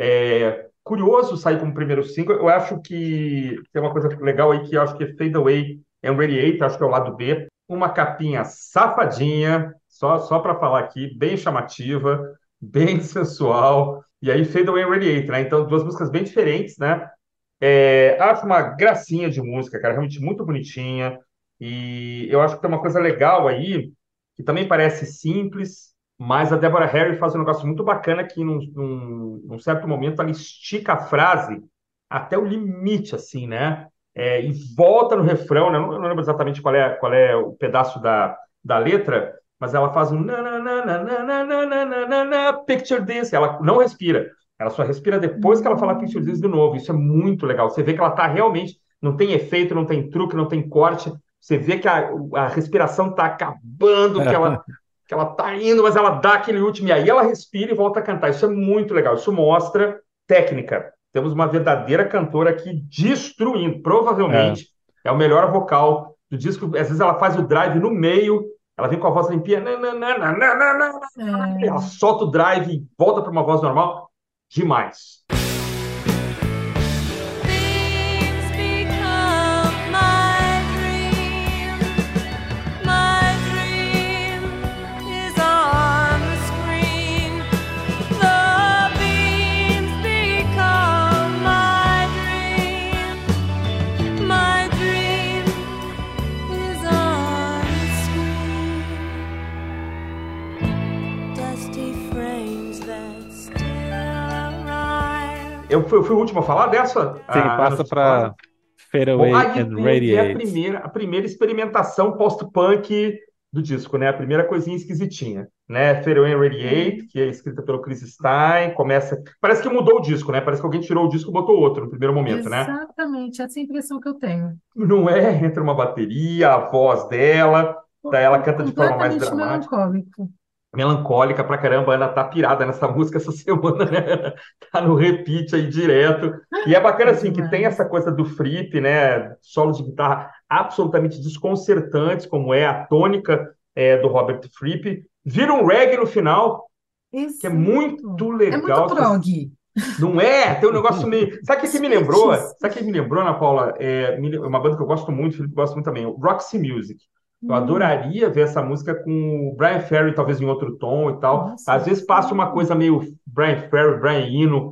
É curioso sair como primeiro single. Eu acho que tem uma coisa legal aí que eu acho que é Fade Away and Radiate, acho que é o lado B. Uma capinha safadinha, só, só para falar aqui, bem chamativa, bem sensual. E aí Fade Away and Radiate, né? Então, duas músicas bem diferentes, né? É, acho uma gracinha de música, cara, realmente muito bonitinha. E eu acho que tem uma coisa legal aí, que também parece simples, mas a Deborah Harry faz um negócio muito bacana que, num, num, num certo momento, ela estica a frase até o limite, assim, né? É, e volta no refrão, né? Eu não, eu não lembro exatamente qual é, qual é o pedaço da, da letra, mas ela faz um na, na, na, na, na, na, na, na, na, na, na, picture this. Ela não respira. Ela só respira depois que ela falar picture this de novo. Isso é muito legal. Você vê que ela tá realmente. Não tem efeito, não tem truque, não tem corte. Você vê que a, a respiração tá acabando, que ela, que ela tá indo, mas ela dá aquele último. E aí ela respira e volta a cantar. Isso é muito legal. Isso mostra técnica. Temos uma verdadeira cantora aqui destruindo. É. Provavelmente é o melhor vocal do disco. Às vezes ela faz o drive no meio. Ela vem com a voz limpinha. Ela É, solta o drive e volta para uma voz normal. Demais. Things become my dream. My dream is on the screen. The beams become my dream. My dream is on the screen. Dusty frames that still arrive. Eu fui, eu fui o último a falar dessa? Sim, A Ana passa tinha falado? para Fade Bom, Away aí and vem aqui a Radiate. primeira, a primeira experimentação post-punk do disco, né? A primeira coisinha esquisitinha, né? Fade Away and Radiate, que é escrita pelo Chris Stein, começa... Parece que mudou o disco, né? Parece que alguém tirou o disco e botou outro no primeiro momento, né? Exatamente, essa é a impressão que eu tenho. Não é? Entra uma bateria, a voz dela, daí ela canta de forma mais Completamente dramática. melancólico. Melancólica pra caramba, a Ana tá pirada nessa música essa semana, né? Tá no repeat aí direto. E é bacana, É assim, que tem demais. essa coisa do Fripp, né? Solos de guitarra absolutamente desconcertantes, como é a tônica é, do Robert Fripp. Vira um reggae no final, que é Exato. muito É muito legal. prog. Não é? Tem um negócio meio. Sabe o que, que me lembrou? Sweets. Sabe o que me lembrou, Ana Paula? É me- uma banda que eu gosto muito, o Felipe gosta muito também, o Roxy Music. Eu Hum, adoraria ver essa música com o Brian Ferry, talvez em outro tom e tal. nossa, Às vezes passa uma sim. coisa meio Brian Ferry, Brian Eno,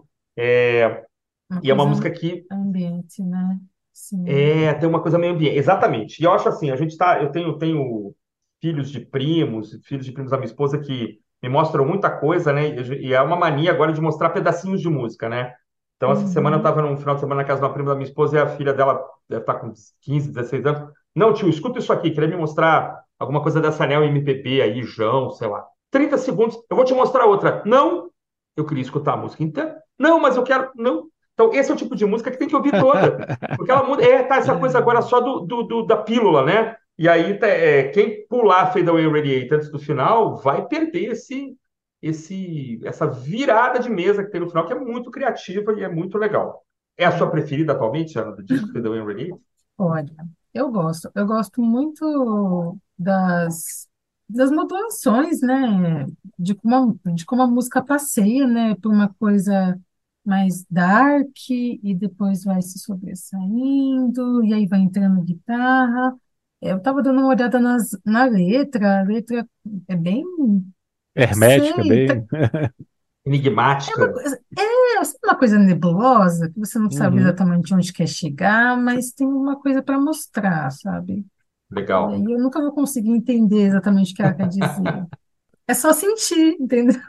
é, Uma e é uma coisa música que ambiente, né? Sim. é, tem uma coisa meio ambiente. Exatamente. E eu acho assim, a gente tá, eu tenho, tenho filhos de primos, filhos de primos da minha esposa que me mostram muita coisa, né? E, e é uma mania agora de mostrar pedacinhos de música, né? Então, essa semana eu Uhum. estava num final de semana na casa de uma prima da minha esposa e a filha dela deve estar com quinze, dezesseis anos. Não, tio, escuta isso aqui, queria me mostrar alguma coisa dessa Neo M P B aí, João, sei lá. trinta segundos, eu vou te mostrar outra. Não, eu queria escutar a música inteira. Não, mas eu quero. Não. Então, esse é o tipo de música que tem que ouvir toda. Porque ela muda. É, tá essa coisa agora só do, do, do- da pílula, né? E aí, tá, é, quem pular Fade Away and Radiate antes do final vai perder esse, esse, essa virada de mesa que tem no final, que é muito criativa e é muito legal. É a sua preferida atualmente, Ana, do disco Fade Away and Radiate? Olha, eu gosto. Eu gosto muito das, das modulações, né? De como, a, de como a música passeia, né? Por uma coisa mais dark e depois vai se sobressaindo e aí vai entrando guitarra. Eu estava dando uma olhada nas, na letra. A letra é bem, não Hermética, sei, bem. é uma Enigmática. coisa, é assim, uma coisa nebulosa, que você não sabe Uhum. exatamente onde quer chegar, mas tem uma coisa para mostrar, sabe? E aí Legal. eu nunca vou conseguir entender exatamente o que ela quer dizer. É só sentir, entendeu?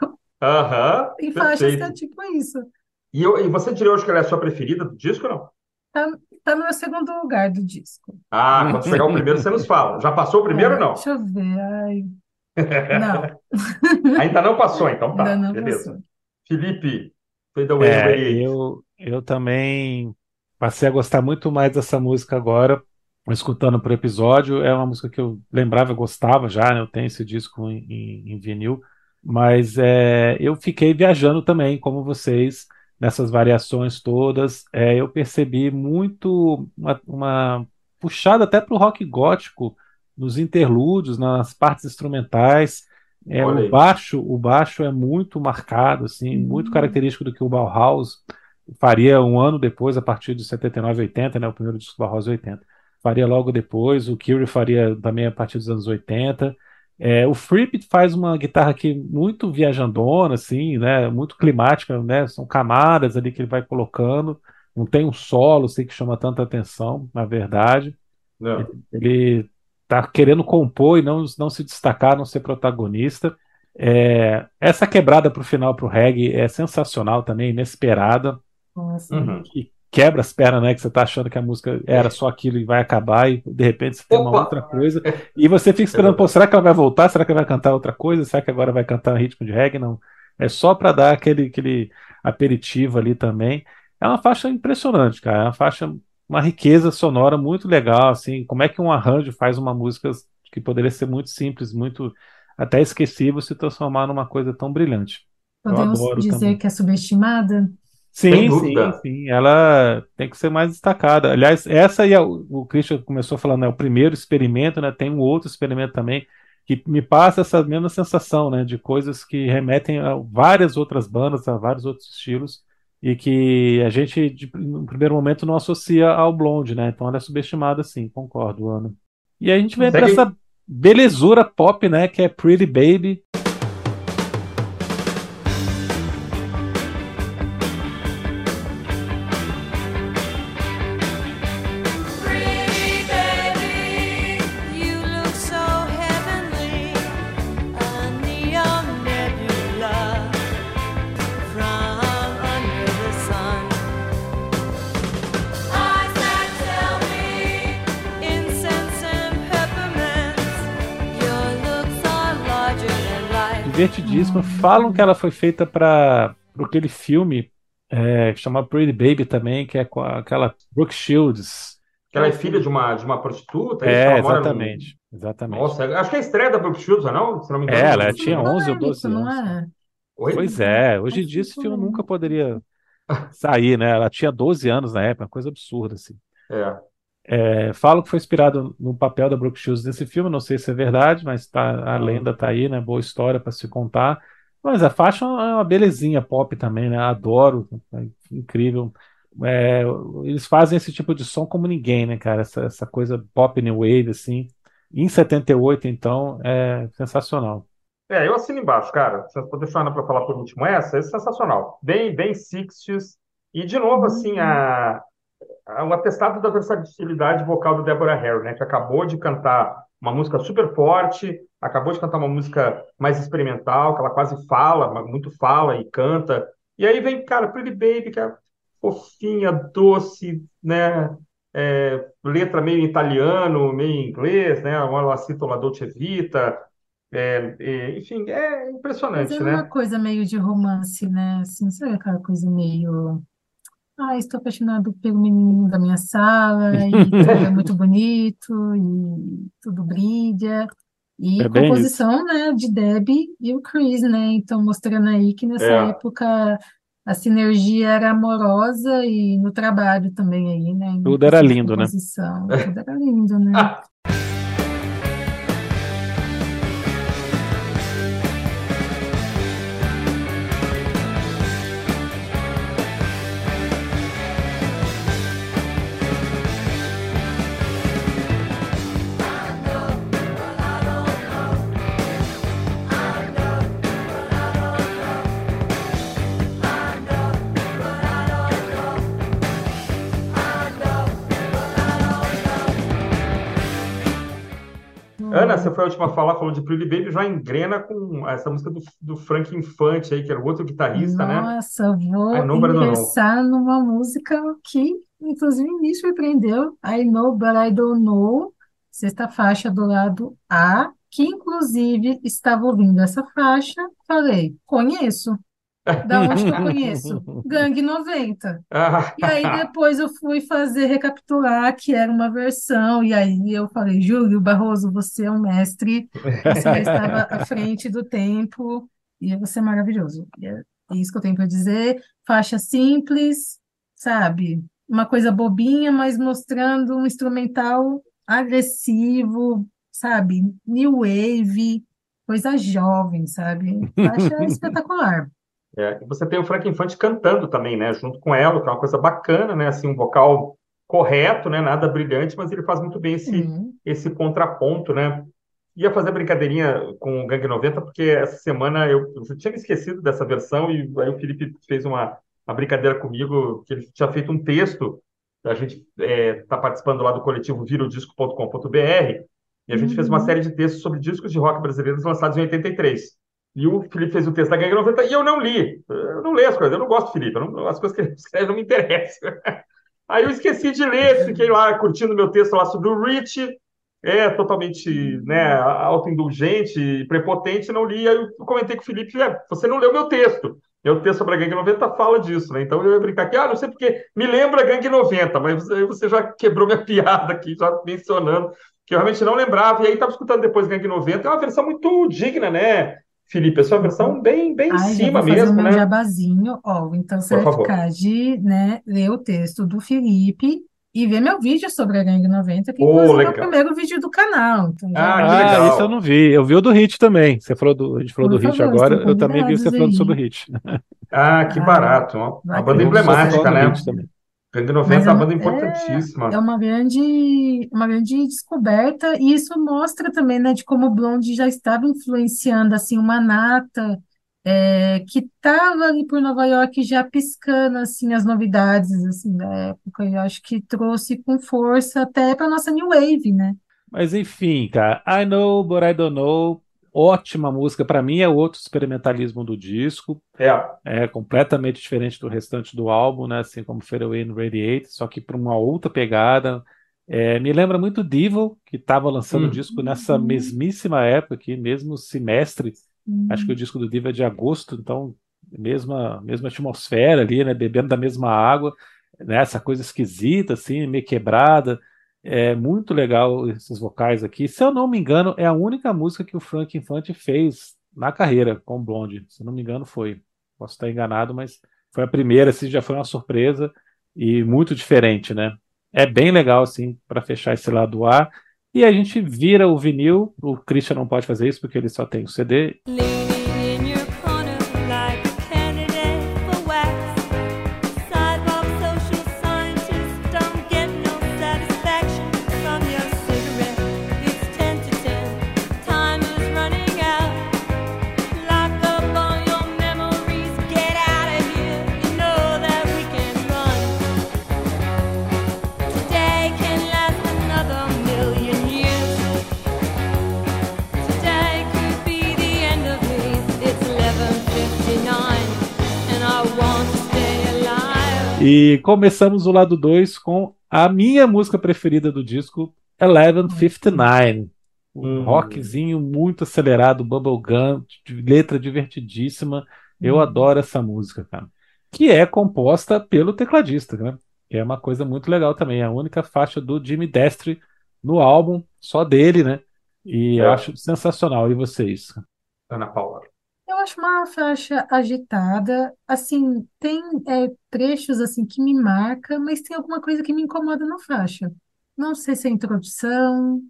Aham, Tem faixas que é perfeito. tipo isso. E, eu, e você diria hoje que ela é a sua preferida do disco ou não? Tá, tá no meu segundo lugar do disco. Ah, quando chegar o primeiro, você nos fala. Já passou o primeiro ou É, não? deixa eu ver. Ai, não, Ainda não passou, então ainda tá, não beleza. passou. Felipe, Fade Away and É, Radiate. eu, eu também passei a gostar muito mais dessa música agora, escutando por episódio. É uma música que eu lembrava, eu gostava já, né? Eu tenho esse disco em, em- em vinil, mas é, eu fiquei viajando também, como vocês, nessas variações todas. É, eu percebi muito uma, uma puxada até para o rock gótico nos interlúdios, nas partes instrumentais. É, o Olha aí. baixo, o baixo é muito marcado, assim, muito Hum, característico do que o Bauhaus faria um ano depois, a partir de setenta e nove, oitenta, né, o primeiro disco do Bauhaus é oitenta. Faria logo depois, o Kyrie faria também a partir dos anos oitenta. É, o Fripp faz uma guitarra aqui muito viajandona, assim, né, muito climática, né, são camadas ali que ele vai colocando, não tem um solo, assim, que chama tanta atenção, na verdade. Não. Ele, ele tá querendo compor e não, não se destacar, não ser protagonista. É, essa quebrada pro final pro reggae é sensacional também, inesperada, nossa. Uhum. e quebra as pernas, né? Que você tá achando que a música era só aquilo e vai acabar, e de repente você tem uma Opa! outra coisa, e você fica É esperando, pô, verdade. será que ela vai voltar? Será que ela vai cantar outra coisa? Será que agora vai cantar um ritmo de reggae? Não. É só para dar aquele, aquele aperitivo ali também. É uma faixa impressionante, cara. É uma faixa, uma riqueza sonora muito legal, assim. Como é que um arranjo faz uma música que poderia ser muito simples, muito até esquecível, se transformar numa coisa tão brilhante? Eu Podemos adoro dizer também. que é subestimada? Sem Sim, sim, dúvida. sim. Ela tem que ser mais destacada. Aliás, essa aí, é o, o Christian começou falando, né? O primeiro experimento, né? Tem um outro experimento também que me passa essa mesma sensação, né? De coisas que remetem a várias outras bandas, a vários outros estilos e que a gente, de, no primeiro momento, não associa ao Blonde, né? Então ela é subestimada, sim, concordo, Ana. E aí a gente vem para Segue. essa belezura pop, né? Que é Pretty Baby. Pretty baby, you look so heavenly, a neon nebula from under the sun. Eyes that tell me incense and peppermints, you're divertidíssima. Hum. Falam que ela foi feita para aquele filme é, que chama Pretty Baby também, que é com a- aquela Brooke Shields. Que ela é filha de uma, de uma prostituta, é isso? Que É, ela mora num. exatamente. Exatamente. Nossa, acho que é a estreia da Brooke Shields, não? Se não me É, engano. ela não- tinha Super onze ou polêmico, doze não anos. é? Oi? Pois é, hoje em Acho dia esse filme nunca polêmico. poderia sair, né? Ela tinha doze anos na época, uma coisa absurda, assim. É. É, falam que foi inspirado no papel da Brooke Shields nesse filme, não sei se é verdade, mas tá, a lenda tá aí, né? Boa história para se contar. Mas a faixa é uma belezinha pop também, né? Adoro, é incrível. É, eles fazem esse tipo de som como ninguém, né, cara? Essa, essa coisa pop new wave, assim. Em setenta e oito, então, é sensacional. É, eu assino embaixo, cara. Se eu for deixar a Ana para falar por último essa, é sensacional. Bem, bem sixties. E, de novo, assim, Uhum. a, a, o atestado da versatilidade vocal do Deborah Harry, né? Que acabou de cantar uma música super forte, acabou de cantar uma música mais experimental, que ela quase fala, mas muito fala e canta. E aí vem, cara, Pretty Baby, que é fofinha, doce, né? É, letra meio em italiano, meio em inglês, né? Ela cita o La Dolce Vita. É, é, enfim, é Mas é impressionante, uma né? coisa meio de romance, né? Assim, sabe aquela coisa meio. Ah, estou apaixonado pelo menino da minha sala e tudo é muito bonito e tudo brilha. E É bem isso. composição, né, de Debbie e o Chris, né? Então, mostrando aí que nessa É, época a sinergia era amorosa e no trabalho também aí, né? Em Tudo era questão de lindo, né? composição, tudo era lindo, né? Ana, você foi a última a falar, falou de Pretty Baby, já engrena com essa música do, do Frank Infante aí, que era o outro guitarrista, né? Nossa, eu I vou Know But I Don't Know. ingressar numa música que, inclusive, me surpreendeu. I Know But I Don't Know, sexta faixa do lado A, que, inclusive, estava ouvindo essa faixa. Falei, conheço. Da onde que eu conheço? Gangue noventa. E aí Ah, depois eu fui fazer recapitular que era uma versão, e aí eu falei, Júlio Barroso, você é um mestre, você já estava à frente do tempo, e você é maravilhoso. E é é isso que eu tenho para dizer. Faixa simples, sabe? Uma coisa bobinha, mas mostrando um instrumental agressivo, sabe? New wave, coisa jovem, sabe? Faixa espetacular. É, e você tem o Frank Infante cantando também, né? Junto com ela, que é uma coisa bacana, né? Assim, um vocal correto, né? Nada brilhante, mas ele faz muito bem esse, Sim. esse contraponto, né? Ia fazer brincadeirinha com o Gangue noventa, porque essa semana eu, eu tinha me esquecido dessa versão e aí o Felipe fez uma, uma brincadeira comigo, que ele tinha feito um texto, a gente está participando lá do coletivo virodisco ponto com ponto br, e a gente fez uma série Uhum. de textos sobre discos de rock brasileiros lançados em oitenta e três. E o Felipe fez o texto da Gangue noventa e eu não li. Eu não leio as coisas, eu não gosto do Felipe, eu não- as coisas que ele escreve não me interessam. Aí eu esqueci de ler, fiquei lá curtindo meu texto lá sobre o Rich, é totalmente, né, autoindulgente e prepotente, não li. Aí eu comentei com o Felipe, é, você não leu meu texto. Meu texto sobre a Gangue noventa fala disso, né? Então eu ia brincar aqui, ah, não sei porque me lembra a Gangue noventa, mas você, você já quebrou minha piada aqui, já mencionando, que eu realmente não lembrava. E aí estava escutando depois Gangue noventa, é uma versão muito digna, né, Felipe? Essa é uma versão bem, bem em Ai, já cima vou fazer o mesmo, meu né? jabazinho. Ó, então você Por vai favor. ficar de, né, ler o texto do Felipe e ver meu vídeo sobre a Gangue noventa, que Ô, inclusive é o legal. primeiro vídeo do canal. Então já Ah, que vai, Ah, isso eu não legal. vi. Eu vi o do Hit também. Você falou do, a gente falou do por Hit favor, agora, estão eu também vi você convidados falando sobre o aí. Hit. Ah, que Ai, barato. Uma, uma banda Eu bacana. sou fã emblemática, do né? Hit também. Gangue Mas noventa é é uma uma, banda é, é importantíssima. uma grande, uma grande descoberta, e isso mostra também, né, de como o Blonde já estava influenciando, assim, uma nata é, que estava ali por Nova York já piscando, assim, as novidades, assim, da época, e eu acho que trouxe com força até para nossa New Wave, né? Mas enfim, cara, I Know But I Don't Know, ótima música. Pra mim é outro experimentalismo do disco. É. É completamente diferente do restante do álbum, né? Assim como Fade Away and Radiate, só que para uma outra pegada. É, me lembra muito Devil, que estava lançando o Hum. disco nessa mesmíssima época aqui, mesmo semestre Acho que o Hum, disco do Divo é de agosto, então mesma mesma atmosfera ali, né? Bebendo da mesma água, né? Essa coisa esquisita assim, meio quebrada. É muito legal esses vocais aqui. Se eu não me engano, é a única música que o Frank Infante fez na carreira com o Blonde. Se eu não me engano, foi. Posso estar enganado, mas foi a primeira, assim, já foi uma surpresa e muito diferente, né? É bem legal, assim, para fechar esse lado A. E a gente vira o vinil. O Christian não pode fazer isso porque ele só tem o C D. Leaning in your corner like a candidate for wax. Sidewalk social scientist don't get no satisfaction from your cigarette. It's ten to ten, time is running out. Lock up all your memories, get out of here. You know that we can run. Today can last another million years. Today could be the end of me. It's eleven fifty-nine and I want to stay alive. E começamos o lado dois com a minha música preferida do disco, ótimo. eleven fifty-nine. Um Hum, rockzinho muito acelerado, bubblegum, de letra divertidíssima. Eu Hum, adoro essa música, cara. Que é composta pelo tecladista, né? Que é uma coisa muito legal também. É a única faixa do Jimmy Destre no álbum, só dele, né? E eu é, acho sensacional. E vocês? Ana Paula. Eu acho uma faixa agitada, assim, tem é, trechos assim que me marca, mas tem alguma coisa que me incomoda na faixa. Não sei se é a introdução,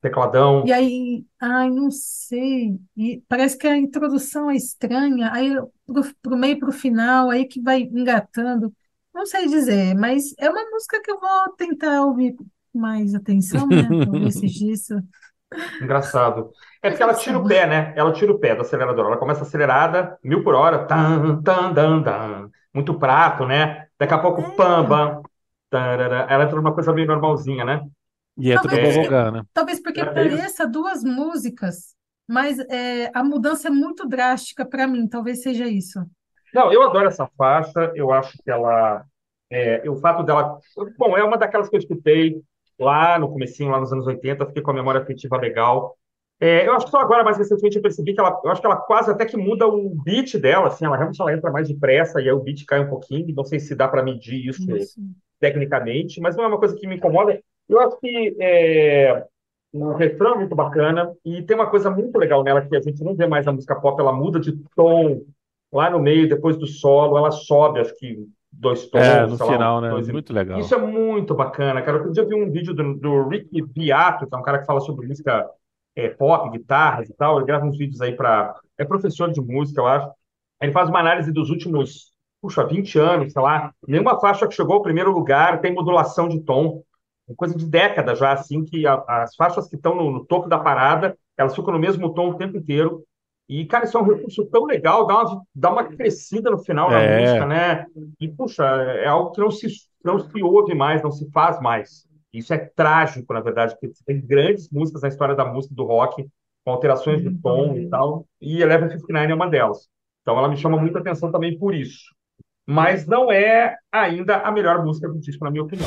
e Tecladão. aí, ai, não sei, e parece que a introdução é estranha, aí eu- pro, pro meio pro final, aí que vai engatando, não sei dizer, mas é uma música que eu vou tentar ouvir com mais atenção, né, para ver se disso, Engraçado. É mas porque deve ela ser tira o bom. pé, né? Ela tira o pé do acelerador. Ela começa acelerada, mil por hora. Tan, tan, dan, dan. Muito prato, né? Daqui a pouco, pam, É. bam. Tarará. Ela entra numa coisa meio normalzinha, né? E entra no Talvez porque, É, Bubblegum, né? talvez porque é isso. pareça duas músicas, mas é, a mudança é muito drástica para mim. Talvez seja isso. Não, eu adoro essa faixa. Eu acho que ela. É, o fato dela. Bom, é uma daquelas que eu escutei lá no comecinho, lá nos anos oitenta. Fiquei com a memória afetiva legal. É, eu acho que só agora, mais recentemente, eu percebi que ela. Eu acho que ela quase até que muda o beat dela. Assim, ela realmente ela entra mais depressa e aí o beat cai um pouquinho. Não sei se dá para medir isso Isso. tecnicamente, mas não é uma coisa que me incomoda. Eu acho que é, um refrão muito bacana e tem uma coisa muito legal nela que a gente não vê mais na música pop, ela muda de tom lá no meio, depois do solo, ela sobe, acho que dois É, tons, no sei lá, um, final, né? dois. Muito Isso legal. é muito bacana, cara. Outro dia eu vi um vídeo do, do Rick Beato, que é um cara que fala sobre música é, pop, guitarras e tal. Ele grava uns vídeos aí para. É professor de música, eu acho. Ele faz uma análise dos últimos, puxa, vinte anos, sei lá. Nenhuma faixa que chegou ao primeiro lugar tem modulação de tom. É coisa de década já, assim, que a- as faixas que estão no, no topo da parada, elas ficam no mesmo tom o tempo inteiro. E, cara, isso é um recurso tão legal, dá uma, dá uma crescida no final na música, É, né? E, puxa, é algo que não se, não se ouve mais, não se faz mais. Isso é trágico, na verdade, porque tem grandes músicas na história da música, do rock, com alterações de tom e Uhum. tal, e Eleven Fifty Nine é uma delas. Então ela me chama muita atenção também por isso. Mas não é ainda a melhor música do disco, na minha opinião.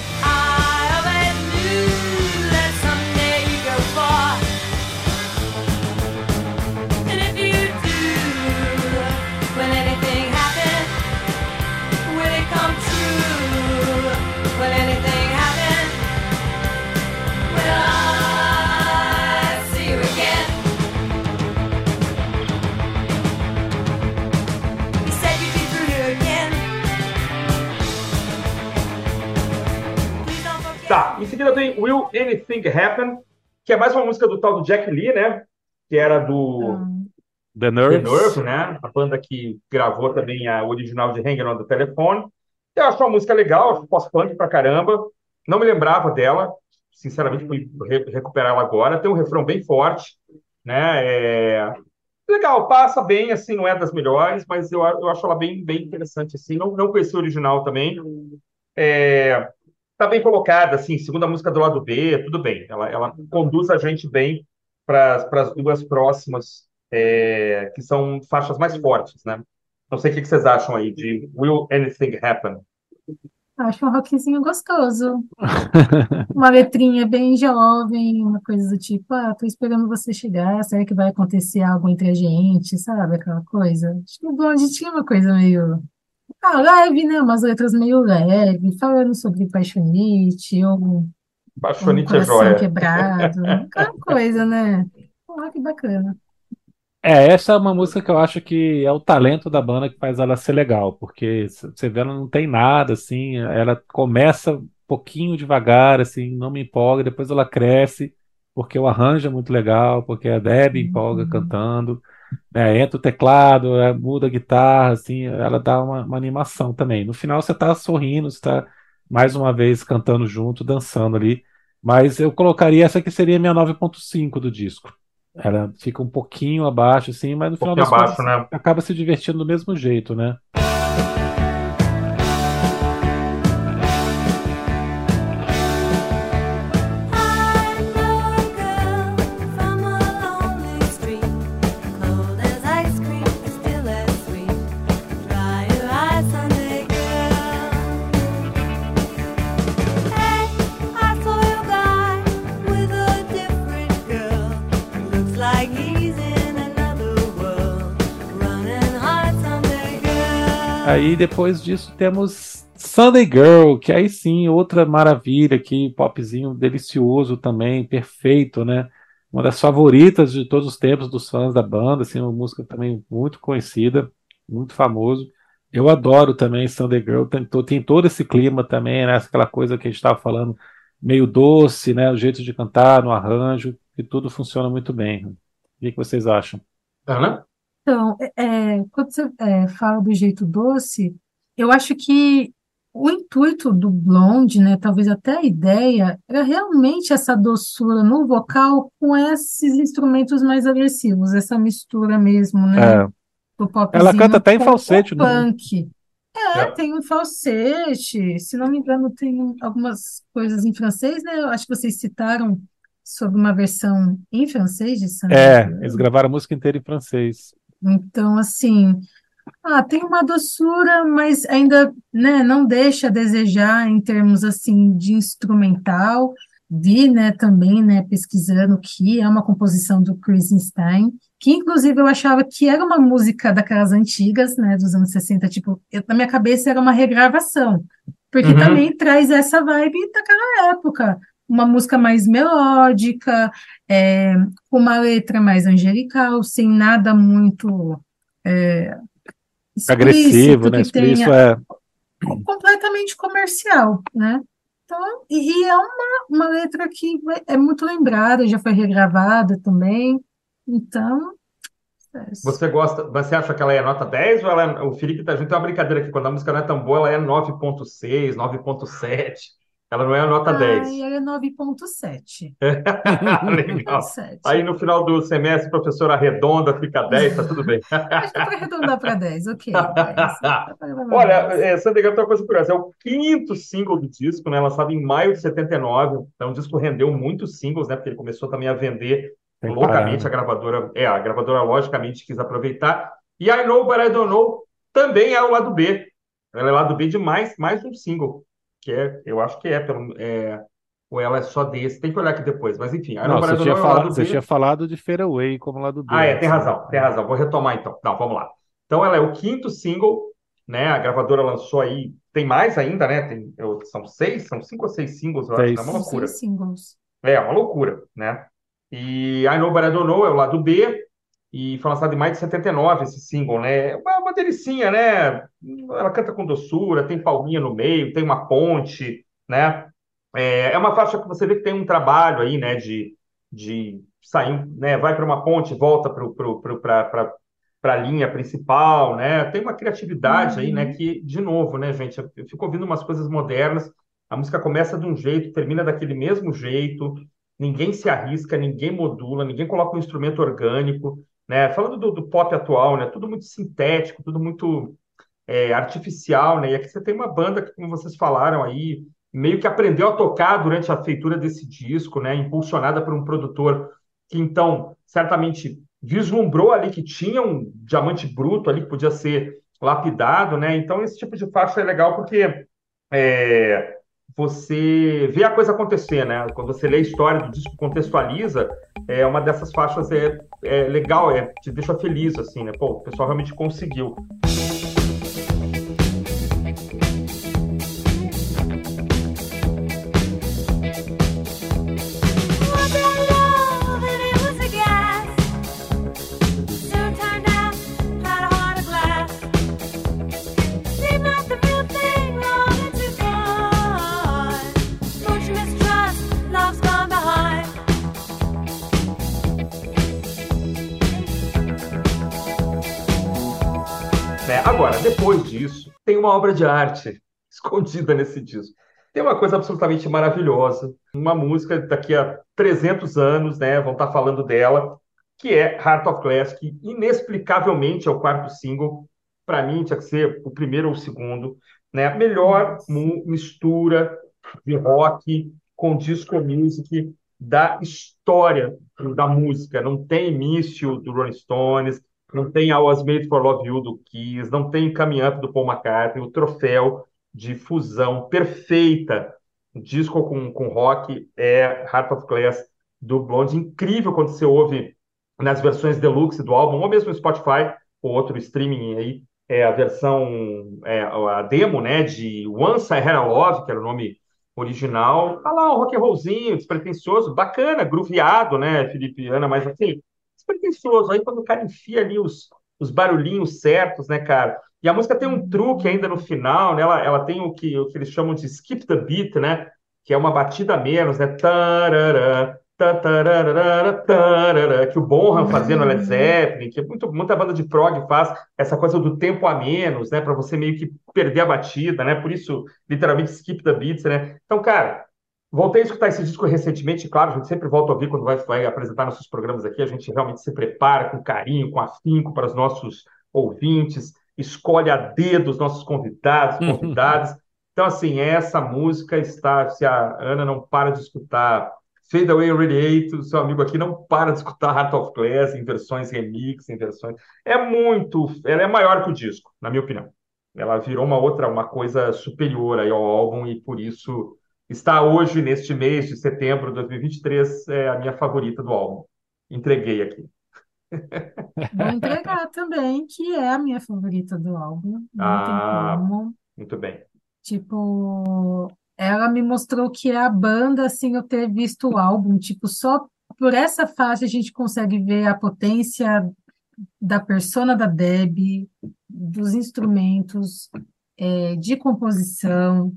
I always knew that someday you'd go far. And if you do, will anything happen? Will it come true? Will anything happen? Will I see you again? You said you'd be through here again. Please don't forget. Tá, em seguida tem Will Anything Happen, que é mais uma música do tal do Jack Lee, né? Que era do Então, The The Nerves. Nerve, né? A banda que gravou também a original de Hanging on the Telephone. Eu acho uma música legal, acho pós-punk pra caramba. Não me lembrava dela, sinceramente fui re- recuperar ela agora. Tem um refrão bem forte, né? É, legal, passa bem, assim, não é das melhores, mas eu, eu acho ela bem, bem interessante, assim. Não, não conheci o original também. É, tá bem colocada, assim, segunda música do lado B, tudo bem. Ela, ela conduz a gente bem para as duas próximas, é, que são faixas mais fortes, né? Não sei o que que vocês acham aí de Will Anything Happen? Acho um rockzinho gostoso. Uma letrinha bem jovem, uma coisa do tipo, ah, tô esperando você chegar, será que vai acontecer algo entre a gente, sabe? Aquela coisa. Acho que o Blonde tinha uma coisa meio, ah, leve, né? Umas letras meio leve, falando sobre paixonite, ou um, ou um Paixonite é coração joia. quebrado, aquela coisa, né? Um rock bacana. É, essa é uma música que eu acho que é o talento da banda que faz ela ser legal, porque c- você vê, ela não tem nada, assim, ela começa um pouquinho devagar, assim, não me empolga, depois ela cresce, porque o arranjo é muito legal, porque a Debbie empolga Uhum. cantando, né, entra o teclado, é, muda a guitarra, assim, ela dá uma, uma animação também. No final você tá sorrindo, você tá mais uma vez cantando junto, dançando ali, mas eu colocaria essa que seria a minha nove ponto cinco do disco. Ela fica um pouquinho abaixo, assim, mas no Um final pouquinho das abaixo, contas né? acaba se divertindo do mesmo jeito, né? I know a girl from a lonely street, cold as ice cream, but still as sweet. Dry your eyes, Sunday girl. Hey, I saw your guy with a different girl. Looks like he's in another world. Running hard, Sunday girl. Aí depois disso temos Sunday Girl, que aí sim, outra maravilha aqui, popzinho delicioso também, perfeito, né? Uma das favoritas de todos os tempos dos fãs da banda, assim, uma música também muito conhecida, muito famoso. Eu adoro também Sunday Girl, tem, to- tem todo esse clima também, né? Aquela coisa que a gente estava falando, meio doce, né? O jeito de cantar, no arranjo, e tudo funciona muito bem. O que que vocês acham? Ana? Então, é, é, quando você é, fala do jeito doce, eu acho que o intuito do Blonde, né, talvez até a ideia, era realmente essa doçura no vocal com esses instrumentos mais agressivos, essa mistura mesmo, né, É, do ela canta popzinho até em com o falsete, né? punk. É, É. tem um falsete, se não me engano, tem um- algumas coisas em francês, né? Eu acho que vocês citaram sobre uma versão em francês de Sunday É, eles Girl. gravaram a música inteira em francês. Então, assim, ah, tem uma doçura, mas ainda, né, não deixa a desejar em termos assim de instrumental. Vi, né, também, né, pesquisando que é uma composição do Chris Stein, que inclusive eu achava que era uma música daquelas antigas, né, dos anos sessenta, tipo, eu- na minha cabeça era uma regravação, porque Uhum. também traz essa vibe daquela época, uma música mais melódica, é, com uma letra mais angelical, sem nada muito Agressivo, explícito, né? que Isso isso tenha é. completamente comercial, né? Então, e, e é uma, uma letra que vai- é muito lembrada, já foi regravada também. Então, é isso. Você gosta, você acha que ela é nota dez ou ela é, o Felipe tá junto, tem uma brincadeira aqui, quando a música não é tão boa, ela é nove ponto seis, nove ponto sete. Ela não é a nota Ai, dez. ela é nove ponto sete. Legal. Aí nove ponto sete. no final do semestre, a professora arredonda, fica dez, tá tudo bem. Acho que dá para arredondar para dez, ok, dez. Dá para levar para Olha, dez. é, Sandra, tem uma coisa curiosa. É o quinto single do disco, né? Lançado em maio de setenta e nove. Então, o disco rendeu muitos singles, né? Porque ele começou também a vender Sem parar, loucamente. A né? gravadora, é, a gravadora logicamente quis aproveitar. E I Know But I Don't Know também é o lado B. Ela é lado B de mais, mais um single. Que é, eu acho que é, pelo, é, ou ela é só desse. Tem que olhar aqui depois. Mas enfim, I Know Não, But I você Don't tinha Know é o falado, lado você tinha B. falado de Fairway como lado Ah, B é, tem antes, né? razão, tem razão. Vou retomar então. Não, vamos lá. Então, ela é o quinto single, né? A gravadora lançou aí. Tem mais ainda, né? Tem, eu- são seis, são cinco ou seis singles, eu acho, né? É uma São Seis. loucura. seis singles. É, uma loucura, né? E I Know But I Don't Know é o lado B, e foi lançado em maio de setenta e nove esse single, né? É Uma, uma delicinha, né? Ela canta com doçura, tem palminha no meio, tem uma ponte, né? É, é uma faixa que você vê que tem um trabalho aí, né? De, de sair, né? Vai para uma ponte, volta para a linha principal, né? Tem uma criatividade aí, né? Uhum. Que, de novo, né, gente? Eu, eu fico ouvindo umas coisas modernas. A música começa de um jeito, termina daquele mesmo jeito. Ninguém se arrisca, ninguém modula, ninguém coloca um instrumento orgânico, né? Falando do, do pop atual, né? Tudo muito sintético, tudo muito é, artificial, né? E aqui você tem uma banda que, como vocês falaram aí, meio que aprendeu a tocar durante a feitura desse disco, né? Impulsionada por um produtor que, então, certamente vislumbrou ali que tinha um diamante bruto ali que podia ser lapidado, né? Então, esse tipo de faixa é legal porque é, você vê a coisa acontecer, né? Quando você lê a história do disco, contextualiza, é uma dessas faixas é, é legal, é, te deixa feliz, assim, né? Pô, o pessoal realmente conseguiu. What I love and it was a gas. Soon turned out quite a heart of glass. Seemed like the real thing long into gone. Much mistrust, love's gone behind. Né? Agora, depois disso, tem uma obra de arte escondida nesse disco. Tem uma coisa absolutamente maravilhosa, uma música daqui a trezentos anos, né, vão estar falando dela, que é Heart of Glass, que inexplicavelmente é o quarto single. Para mim, tinha que ser o primeiro ou o segundo. Né? A melhor Nossa. mu- mistura de rock com disco music da história da música. Não tem início do Rolling Stones, não tem I Was Made for Love You do Kiss, não tem Coming Up do Paul McCartney, o troféu de fusão perfeita, disco com, com rock, é Heart of Glass do Blonde. Incrível quando você ouve nas versões deluxe do álbum, ou mesmo no Spotify, ou outro streaming aí, é a versão, é, a demo, né, de Once I Had a Love, que era o nome original. Tá lá, um rock and rollzinho, despretensioso, bacana, grooveado, né, Felipe, Ana, mas assim, despretensioso. Aí quando o cara enfia ali os, os barulhinhos certos, né, cara? E a música tem um truque ainda no final, né? Ela, ela tem o que, o que eles chamam de skip the beat, né? Que é uma batida a menos, né? Tarará, tatararara, tarará, que o Bonham fazia no Led Uhum. Zeppelin, que muito, muita banda de prog faz essa coisa do tempo a menos, né? Para você meio que perder a batida, né? Por isso, literalmente, skip the beats, né? Então, cara, voltei a escutar esse disco recentemente, claro, a gente sempre volta a ouvir quando vai, vai apresentar nossos programas aqui, a gente realmente se prepara com carinho, com afinco para os nossos ouvintes, escolhe a dedo os nossos convidados, convidadas. Então, assim, essa música está, se a Ana não para de escutar Fade Away Radiator, o seu amigo aqui não para de escutar Heart of Glass em versões remix, em versões... É muito... Ela é maior que o disco, na minha opinião. Ela virou uma outra, uma coisa superior aí ao álbum e por isso está hoje, neste mês de setembro de dois mil e vinte e três, é a minha favorita do álbum. Entreguei aqui. Vou entregar também, que é a minha favorita do álbum. Não tem Ah, como. muito bem. Tipo, ela me mostrou que é a banda, assim, eu ter visto o álbum. Tipo, só por essa faixa a gente consegue ver a potência da persona da Debbie, dos instrumentos, é, de composição,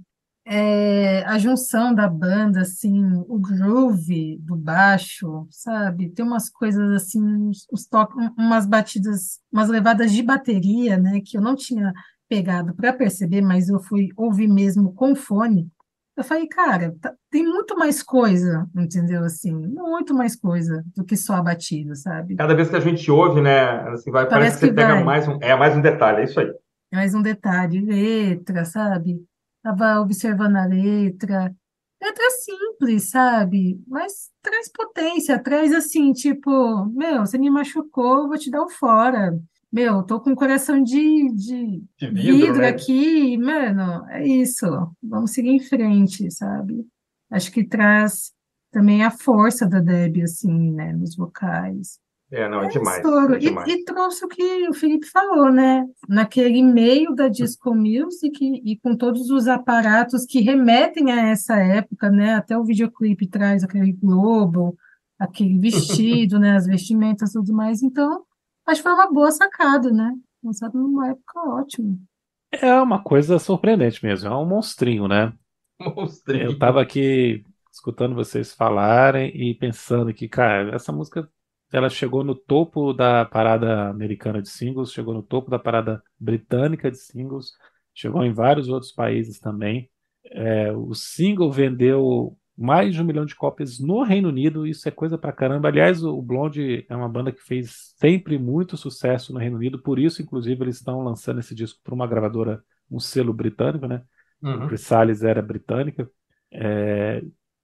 é, a junção da banda, assim, o groove do baixo, sabe? Tem umas coisas assim, uns, uns to- um- umas batidas, umas levadas de bateria, né? Que eu não tinha pegado para perceber, mas eu fui ouvir mesmo com fone. Eu falei, cara, tá- tem muito mais coisa, entendeu? Assim, muito mais coisa do que só a batida, sabe? Cada vez que a gente ouve, né, assim, vai, parece que Parece que você pega vai. mais um, é mais um detalhe, é isso aí. Mais um detalhe, letra, sabe? Tava observando a letra. Letra simples, sabe? Mas traz potência, traz assim, tipo, meu, você me machucou, eu vou te dar um fora. Meu, tô com o coração de, de De vidro, vidro né? aqui, mano, é isso. Vamos seguir em frente, sabe? Acho que traz também a força da Debbie, assim, né, nos vocais. É, não, é demais, Estouro. é E, demais. e trouxe o que o Felipe falou, né? Naquele meio da disco music e com todos os aparatos que remetem a essa época, né? Até o videoclipe traz aquele globo, aquele vestido, né? As vestimentas e tudo mais. Então, acho que foi uma boa sacada, né? Lançado numa época ótima. É uma coisa surpreendente mesmo, é um monstrinho, né? Eu tava Monstrinho. aqui escutando vocês falarem e pensando que, cara, essa música ela chegou no topo da parada americana de singles, chegou no topo da parada britânica de singles, chegou em vários outros países também. É, o single vendeu mais de um milhão de cópias no Reino Unido, isso é coisa pra caramba. Aliás, o Blonde é uma banda que fez sempre muito sucesso no Reino Unido, por isso, inclusive, eles estão lançando esse disco para uma gravadora, um selo britânico, né? A Uhum. Chrysalis era britânica. É,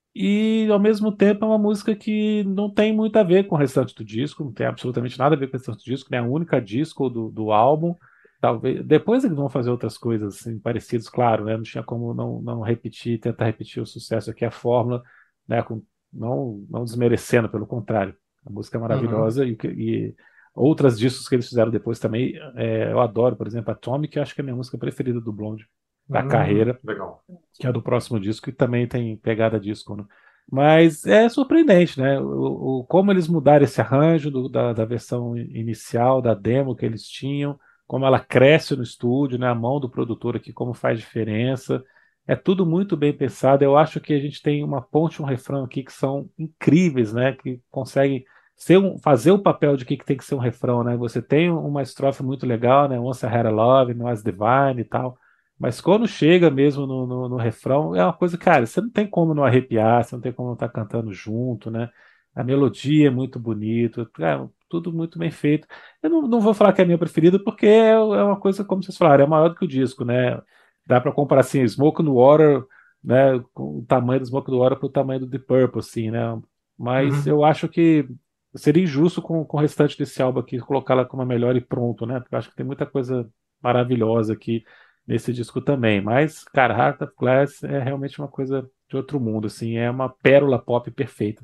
e ao mesmo tempo é uma música que não tem muito a ver com o restante do disco, não tem absolutamente nada a ver com o restante do disco, né? A única disco do, do álbum. talvez depois eles vão fazer outras coisas assim, parecidas, claro, né? Não tinha como não, não repetir, tentar repetir o sucesso aqui, a fórmula, né? Com, não, não desmerecendo, pelo contrário. A música é Uhum. maravilhosa e, e outras discos que eles fizeram depois também, é, eu adoro, por exemplo, Atomic, que eu acho que é a minha música preferida do Blonde, da Hum, carreira, legal. que é do próximo disco, e também tem pegada disco, né? Mas é surpreendente, né? O, o- como eles mudaram esse arranjo do- da, da versão inicial, da demo que eles tinham, como ela cresce no estúdio, né? A mão do produtor aqui, como faz diferença. É tudo muito bem pensado. Eu acho que a gente tem uma ponte e um refrão aqui que são incríveis, né? Que conseguem ser um, fazer o papel de que, que tem que ser um refrão, né? Você tem uma estrofe muito legal, né? Once I Had a Love, No As Divine e tal. Mas quando chega mesmo no, no, no refrão, é uma coisa, cara, você não tem como não arrepiar, você não tem como não estar cantando junto, né? A melodia é muito bonita, cara, tudo muito bem feito. Eu não, não vou falar que é a minha preferida, porque é, é uma coisa, como vocês falaram, é maior do que o disco, né? Dá para comparar assim, Smoke on the Water, né? Com o tamanho do Smoke on the Water para o tamanho do Deep Purple, assim, né? Mas Uhum. eu acho que seria injusto com, com o restante desse álbum aqui, colocá-la como a melhor e pronto, né? Porque eu acho que tem muita coisa maravilhosa aqui nesse disco também. Mas, cara, Heart of Glass é realmente uma coisa de outro mundo, assim, é uma pérola pop perfeita.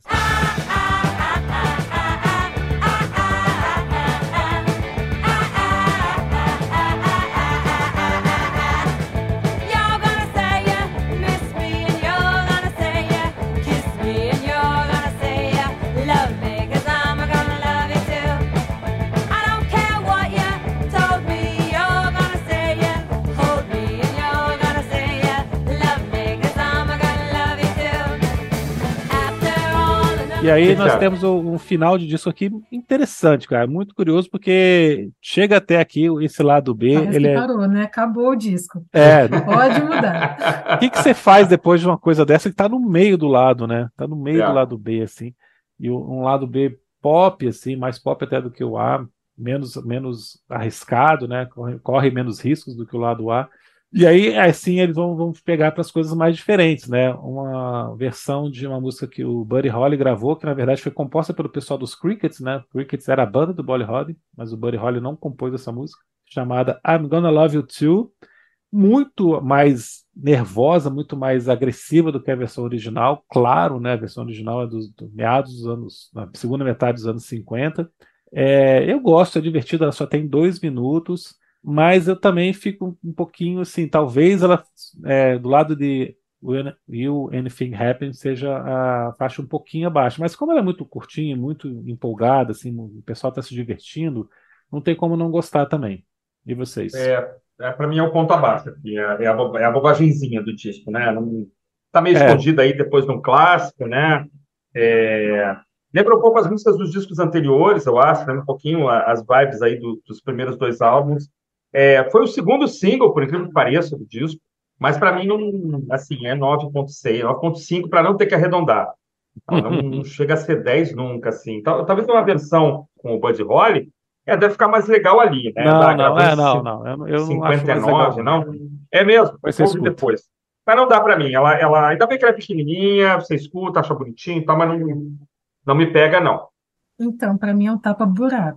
You're gonna say you miss me, and you're gonna say you kiss me, and you're gonna say you love me, 'cause I'm gonna love you too. I don't care what you told me, you're gonna say you hold me, and you're gonna say you love me, 'cause I'm gonna love you too. After all the E aí Que nós cara? temos o- um final de disco aqui interessante, cara, muito curioso, porque chega até aqui esse lado B, Parece ele que é... parou, né? Acabou o disco. É, Pode mudar. o que que você faz depois de uma coisa dessa que tá no meio do lado, né? Tá no meio do É. lado B, assim. E o- um lado B pop, assim, mais pop até do que o A, menos, menos arriscado, né? Corre, corre menos riscos do que o lado A. E aí, assim, eles vão, vão pegar para as coisas mais diferentes, né? Uma versão de uma música que o Buddy Holly gravou, que na verdade foi composta pelo pessoal dos Crickets, né? Crickets era a banda do Buddy Holly, mas o Buddy Holly não compôs essa música, chamada I'm Gonna Love You Too, muito mais nervosa, muito mais agressiva do que a versão original. Claro, né? A versão original é dos, do meados dos anos, na segunda metade dos anos cinquenta. É, eu gosto, é divertido, ela só tem dois minutos, mas eu também fico um pouquinho assim, talvez ela, é, do lado de When You Anything Happen, seja a faixa um pouquinho abaixo. Mas como ela é muito curtinha, muito empolgada, assim, o pessoal está se divertindo, não tem como não gostar também. E vocês? É, é, para mim é o ponto abaixo aqui, é, é a, bo- é a bobagenzinha do disco, né? Não, tá meio É, escondida aí depois de um clássico, né? É, lembra um pouco as músicas dos discos anteriores, eu acho, né? Um pouquinho a- as vibes aí do- dos primeiros dois álbuns. É, foi o segundo single, por incrível que pareça, do disco, mas para mim não, assim, é nove ponto seis, nove ponto cinco para não ter que arredondar. Não, não, não chega a ser dez nunca, assim. Tal- Talvez uma versão com o Buddy Holly, é, deve ficar mais legal ali, né? não, Lá, não, gravou é, em não, não, eu, não- eu não acho mais legal, cinquenta e nove, não. não? É mesmo, Depois você ouve escuta. depois. Mas não dá para mim. Ela, ela, ainda bem que ela é pequenininha, você escuta, acha bonitinho e tal, mas não, não me pega, não. Então, para mim é um tapa-buraco.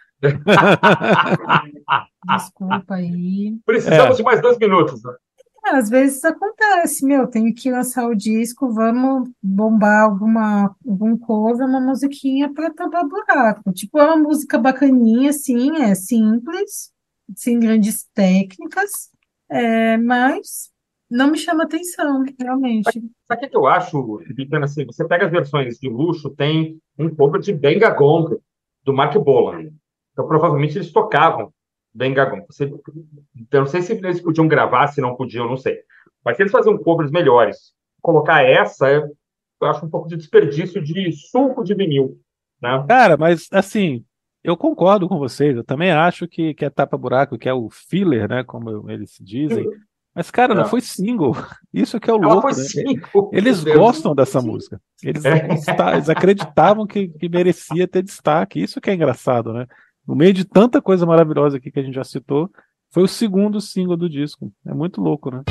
Desculpa aí. Precisamos É, de mais dois minutos, né? É, às vezes acontece, meu, tenho que lançar o disco, vamos bombar alguma, algum cover, uma musiquinha para tapar buraco. Tipo, é uma música bacaninha, assim, é simples, sem grandes técnicas, é, mas não me chama atenção, realmente. Sabe o que que eu acho, Felipe? Assim, você pega as versões de luxo, tem um cover de Benga Gong, do Mark Bolan. Então, provavelmente, eles tocavam Benga Gong. Você, eu não sei se eles podiam gravar, se não podiam, não sei. Mas se eles faziam covers melhores, colocar essa, eu acho um pouco de desperdício de suco de vinil, né? cara, mas assim, eu concordo com vocês, eu também acho que, que é tapa-buraco, que é o filler, né, como eles dizem. Mas, cara, não É. foi single. Isso que é o Ela louco, foi né? cinco. Eles meu Deus. gostam dessa música. Eles, É. gosta- eles acreditavam que, que merecia ter destaque. Isso que é engraçado, né? No meio de tanta coisa maravilhosa aqui que a gente já citou, foi o segundo single do disco. É muito louco, né?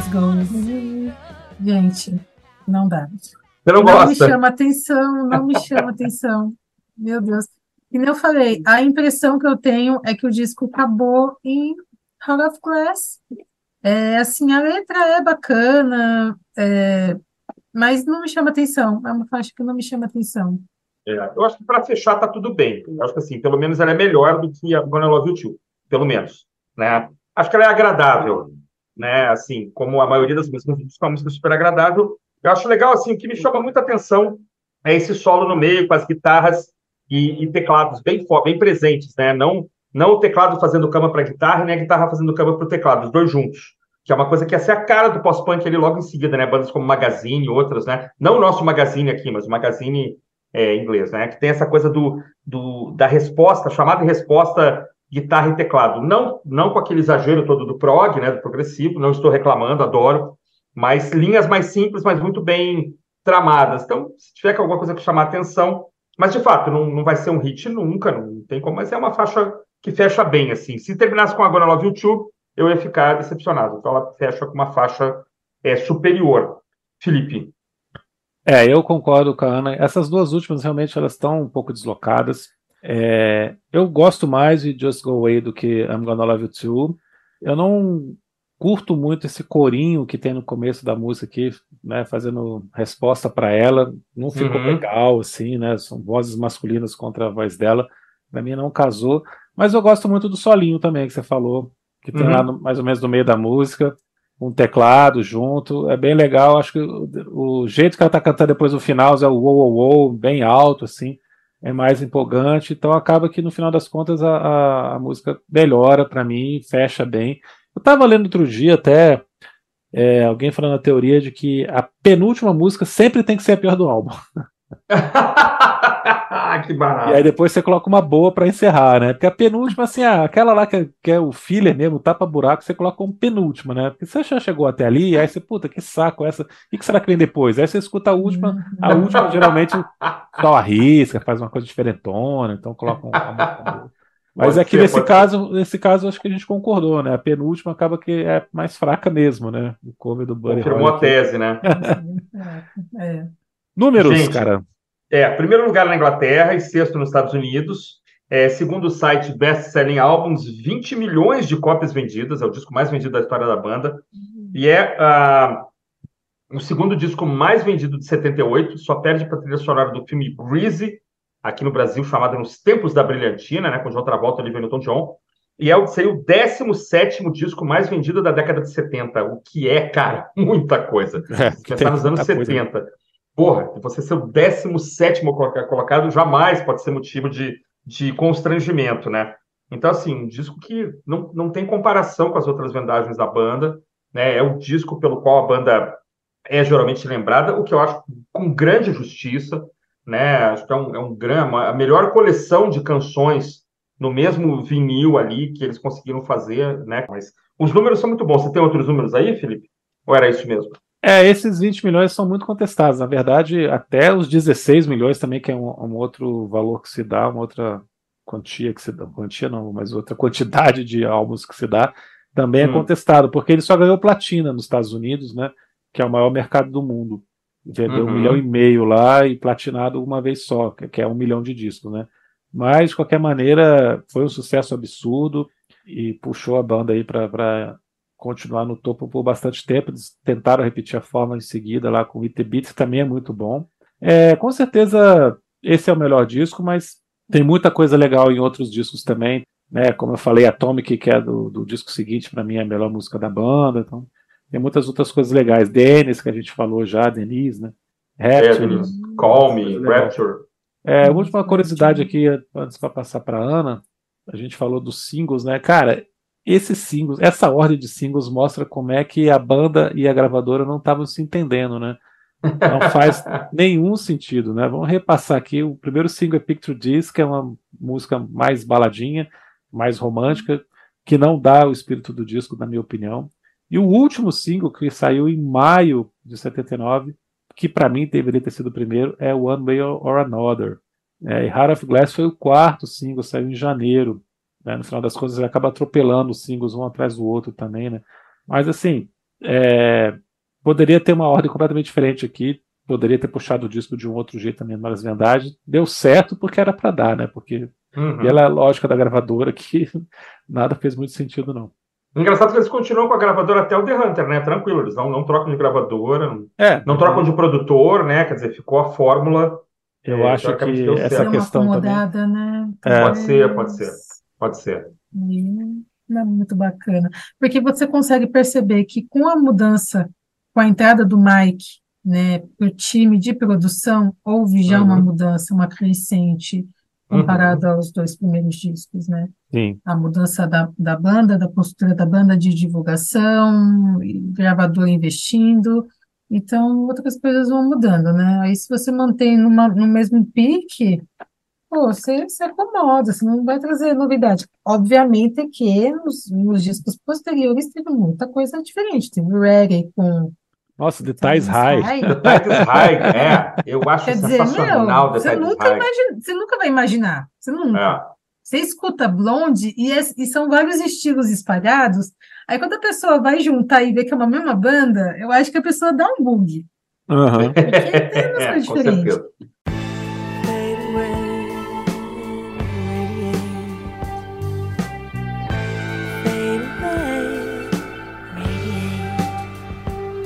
go. Gente, não dá. Você não Não me gosta? chama atenção, não me chama atenção. Meu Deus. E nem eu falei, a impressão que eu tenho é que o disco acabou em Heart of Glass. É, assim, a letra é bacana, é, mas não me chama atenção. É uma faixa que não me chama atenção. É, eu acho que para fechar tá tudo bem. Eu acho que assim, pelo menos ela é melhor do que a Gonna Love You Too, pelo menos, né? Acho que ela é agradável, né? Assim, como a maioria das músicas, é uma música super agradável. Eu acho legal assim, o que me chama muita atenção é esse solo no meio com as guitarras e, e teclados bem fo- bem presentes, né? Não não o teclado fazendo cama para a guitarra, nem a guitarra fazendo cama para o teclado, os dois juntos. Que é uma coisa que ia ser a cara do pós-punk ali logo em seguida, né? Bandas como Magazine e outras, né? Não o nosso Magazine aqui, mas o Magazine é, inglês, né? Que tem essa coisa do, do, da resposta, chamada resposta guitarra e teclado. Não, não com aquele exagero todo do prog, né? Do progressivo, não estou reclamando, adoro, mas linhas mais simples, mas muito bem tramadas. Então, se tiver alguma coisa que chamar atenção, mas de fato, não, não vai ser um hit nunca, não tem como, mas é uma faixa que fecha bem, assim. Se terminasse com a Gonna Love You Too, eu ia ficar decepcionado. Então, ela fecha com uma faixa é, superior. Felipe. É, eu concordo com a Ana. Essas duas últimas realmente elas estão um pouco deslocadas. É, eu gosto mais de Just Go Away do que I'm Gonna Love You Too. Eu não curto muito esse corinho que tem no começo da música aqui, né, fazendo resposta para ela. Não ficou Uhum. legal, assim, né? São vozes masculinas contra a voz dela. Para mim não casou. Mas eu gosto muito do solinho também que você falou, que tem Uhum. lá no- mais ou menos no meio da música, um teclado junto, é bem legal. Acho que o, o jeito que ela tá cantando depois no final é o wow, wow, wow, bem alto, assim, é mais empolgante. Então acaba que no final das contas a, a, a música melhora pra mim, fecha bem. Eu tava lendo outro dia até é, alguém falando a teoria de que a penúltima música sempre tem que ser a pior do álbum. Que E aí barato. depois você coloca uma boa pra encerrar, né? Porque a penúltima, assim, ah, aquela lá que é, que é o filler mesmo, o tapa-buraco, você coloca como penúltima, né? Porque você já chegou até ali, aí você, puta, que saco essa. O que que será que vem depois? Aí você escuta a última, a última geralmente só arrisca, faz uma coisa diferentona, então coloca um- uma música boa. Mas Pode aqui ser, nesse pode ser. caso, nesse caso, acho que a gente concordou, né? A penúltima acaba que é mais fraca mesmo, né? O cover do Buddy Confirmou Holly a aqui. tese, né? É. Números, Gente, cara. é, primeiro lugar na Inglaterra e sexto nos Estados Unidos. É, segundo o site Best Selling Albums, vinte milhões de cópias vendidas, é o disco mais vendido da história da banda. E é ah, o segundo disco mais vendido de setenta e oito, só perde para a trilha sonora do filme Greasy, aqui no Brasil, chamado Nos Tempos da Brilhantina, né, com John Travolta e Olivia Newton-John. E é o, seria o décimo sétimo disco mais vendido da década de setenta, o que é, cara, muita coisa. É, Se que tem pensar nos anos muita coisa, né? setenta, porra, você ser o décimo sétimo colocado jamais pode ser motivo de, de constrangimento, né? Então, assim, um disco que não, não tem comparação com as outras vendagens da banda, né? É o disco pelo qual a banda é geralmente lembrada, o que eu acho com grande justiça, né? Acho que é um, é um gran- a melhor coleção de canções no mesmo vinil ali que eles conseguiram fazer, né? Mas os números são muito bons. Você tem outros números aí, Felipe? Ou era isso mesmo? É, esses vinte milhões são muito contestados. Na verdade, até os dezesseis milhões também, que é um, um outro valor que se dá, uma outra quantia que se dá, quantia não, mas outra quantidade de álbuns que se dá, também é Hum. contestado, porque ele só ganhou platina nos Estados Unidos, né, que é o maior mercado do mundo. Vendeu um Uhum. milhão e meio lá e platinado uma vez só, que que é um milhão de discos, né? Mas, de qualquer maneira, foi um sucesso absurdo e puxou a banda aí para continuar no topo por bastante tempo. Eles tentaram repetir a forma em seguida lá com o Eat the Beat, que também é muito bom. É, com certeza esse é o melhor disco, mas tem muita coisa legal em outros discos também, né? Como eu falei, Atomic, que é do, do disco seguinte, para mim é a melhor música da banda. Então, tem muitas outras coisas legais. Dennis, que a gente falou já, Denise, né? É, Rapture, Denise. Call Me, coisa legal. Rapture. É, última curiosidade aqui, antes para passar para Ana, a gente falou dos singles, né? Cara, esses singles, essa ordem de singles mostra como é que a banda e a gravadora não estavam se entendendo, né? Não faz nenhum sentido, né? Vamos repassar aqui. O primeiro single é Picture This, que é uma música mais baladinha, mais romântica, que não dá o espírito do disco, na minha opinião. E o último single, que saiu em maio de setenta e nove, que para mim deveria ter sido o primeiro, é One Way or Another. É, e Heart of Glass foi o quarto single, saiu em janeiro. Né? No final das contas, ele acaba atropelando os singles um atrás do outro também, né? Mas assim, É, poderia ter uma ordem completamente diferente aqui, poderia ter puxado o disco de um outro jeito também, mas na verdade deu certo porque era para dar, né? Porque Uhum. pela lógica da gravadora que nada fez muito sentido, não. Engraçado que eles continuam com a gravadora até o The Hunter, né? Tranquilo, eles não, não trocam de gravadora, não, É, não trocam de produtor, né? Quer dizer, ficou a fórmula. eu é, acho teoricamente que deu essa certo. Deu uma questão também. acomodada, né? É. Pode ser, pode ser, pode ser. E não é muito bacana. Porque você consegue perceber que com a mudança, com a entrada do Mike, né, para o time de produção, houve já uma Uhum. mudança, uma crescente, comparado aos dois primeiros discos, né? Sim. A mudança da, da banda, da postura da banda de divulgação, e gravador investindo. Então, outras coisas vão mudando, né? Aí, se você mantém numa, no mesmo pique, pô, você se acomoda, você não vai trazer novidade. Obviamente que nos, nos discos posteriores teve muita coisa diferente. Teve reggae com Nossa, The Ties High. The Titus High, é, eu acho Quer dizer, sensacional meu, The você Titus nunca, High. imagina, você nunca vai imaginar. Você nunca. É. Você escuta Blonde e, é- e são vários estilos espalhados. Aí quando a pessoa vai juntar e vê que é uma mesma banda, eu acho que a pessoa dá um bug. Aham. Porque tem umas É, coisas com diferentes. certeza. Fade away, radiate. Fade away, radiate.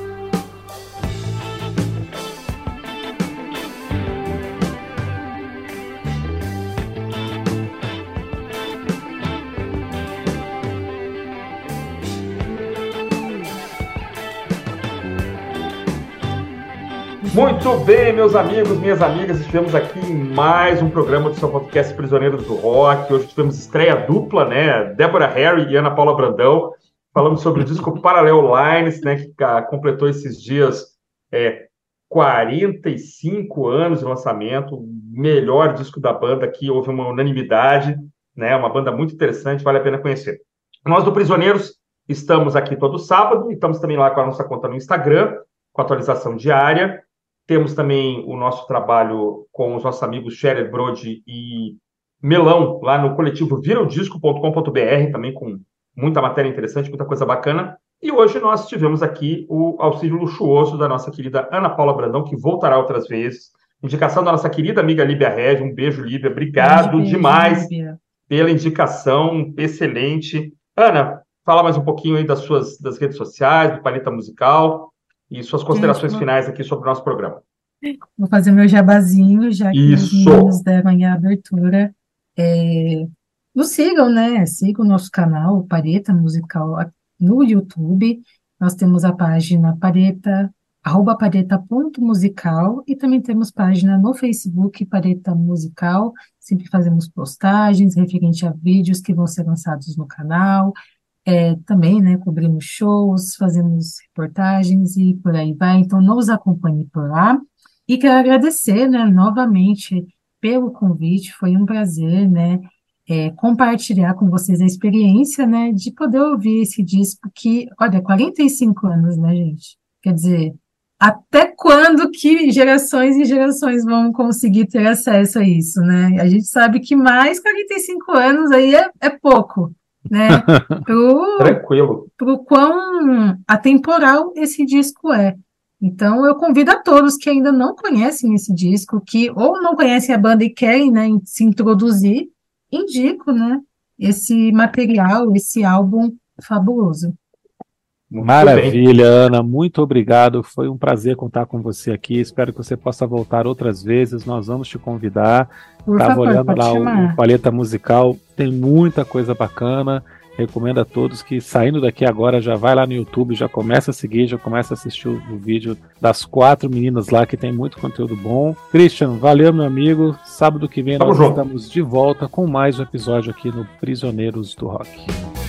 Muito bem, meus amigos, minhas amigas, estivemos aqui em mais um programa do seu podcast Prisioneiros do Rock. Hoje tivemos estreia dupla, né? Débora Harry e Ana Paula Brandão. Falamos sobre o disco Parallel Lines, né? Que ah, completou esses dias é, quarenta e cinco anos de lançamento. O melhor disco da banda aqui, houve uma unanimidade, né? Uma banda muito interessante, vale a pena conhecer. Nós do Prisioneiros estamos aqui todo sábado e estamos também lá com a nossa conta no Instagram, com atualização diária. Temos também o nosso trabalho com os nossos amigos Scherer, Brode e Melão, lá no coletivo vira o disco ponto com ponto b r, também com muita matéria interessante, muita coisa bacana. E hoje nós tivemos aqui o auxílio luxuoso da nossa querida Ana Paula Brandão, que voltará outras vezes. Indicação da nossa querida amiga Líbia Regi. Um beijo, Líbia. Obrigado Beijo, demais Líbia. pela indicação. Excelente. Ana, fala mais um pouquinho aí das suas das redes sociais, do Planeta Musical e suas considerações Gente, finais aqui sobre o nosso programa. Vou fazer meu jabazinho, já que os Isso. meninos deram aí a abertura. É, nos sigam, né? Sigam o nosso canal, o Pareta Musical, no YouTube. Nós temos a página Pareta, arroba pareta.musical, e também temos página no Facebook, Pareta Musical. Sempre fazemos postagens referente a vídeos que vão ser lançados no canal. É, também, né, cobrimos shows, fazemos reportagens e por aí vai. Então, nos acompanhe por lá. E quero agradecer, né, novamente pelo convite. Foi um prazer, né, é, compartilhar com vocês a experiência, né, de poder ouvir esse disco que, olha, quarenta e cinco anos, né, gente? Quer dizer, até quando que gerações e gerações vão conseguir ter acesso a isso, né? A gente sabe que mais quarenta e cinco anos aí é, é pouco, né? Pro, Tranquilo. pro quão atemporal esse disco é. Então, eu convido a todos que ainda não conhecem esse disco, que ou não conhecem a banda e querem, né, se introduzir, indico, né, esse material, esse álbum fabuloso. Muito bem. Maravilha, Ana, muito obrigado. Foi um prazer contar com você aqui. Espero que você possa voltar outras vezes. Nós vamos te convidar. Por Estava favor, olhando pode lá o, chamar. o Paleta Musical, tem muita coisa bacana. Recomendo a todos que, saindo daqui agora, já vai lá no YouTube, já começa a seguir, já começa a assistir o, o vídeo das quatro meninas lá, que tem muito conteúdo bom. Christian, valeu, meu amigo. Sábado que vem Tamo nós junto. estamos de volta com mais um episódio aqui no Prisioneiros do Rock.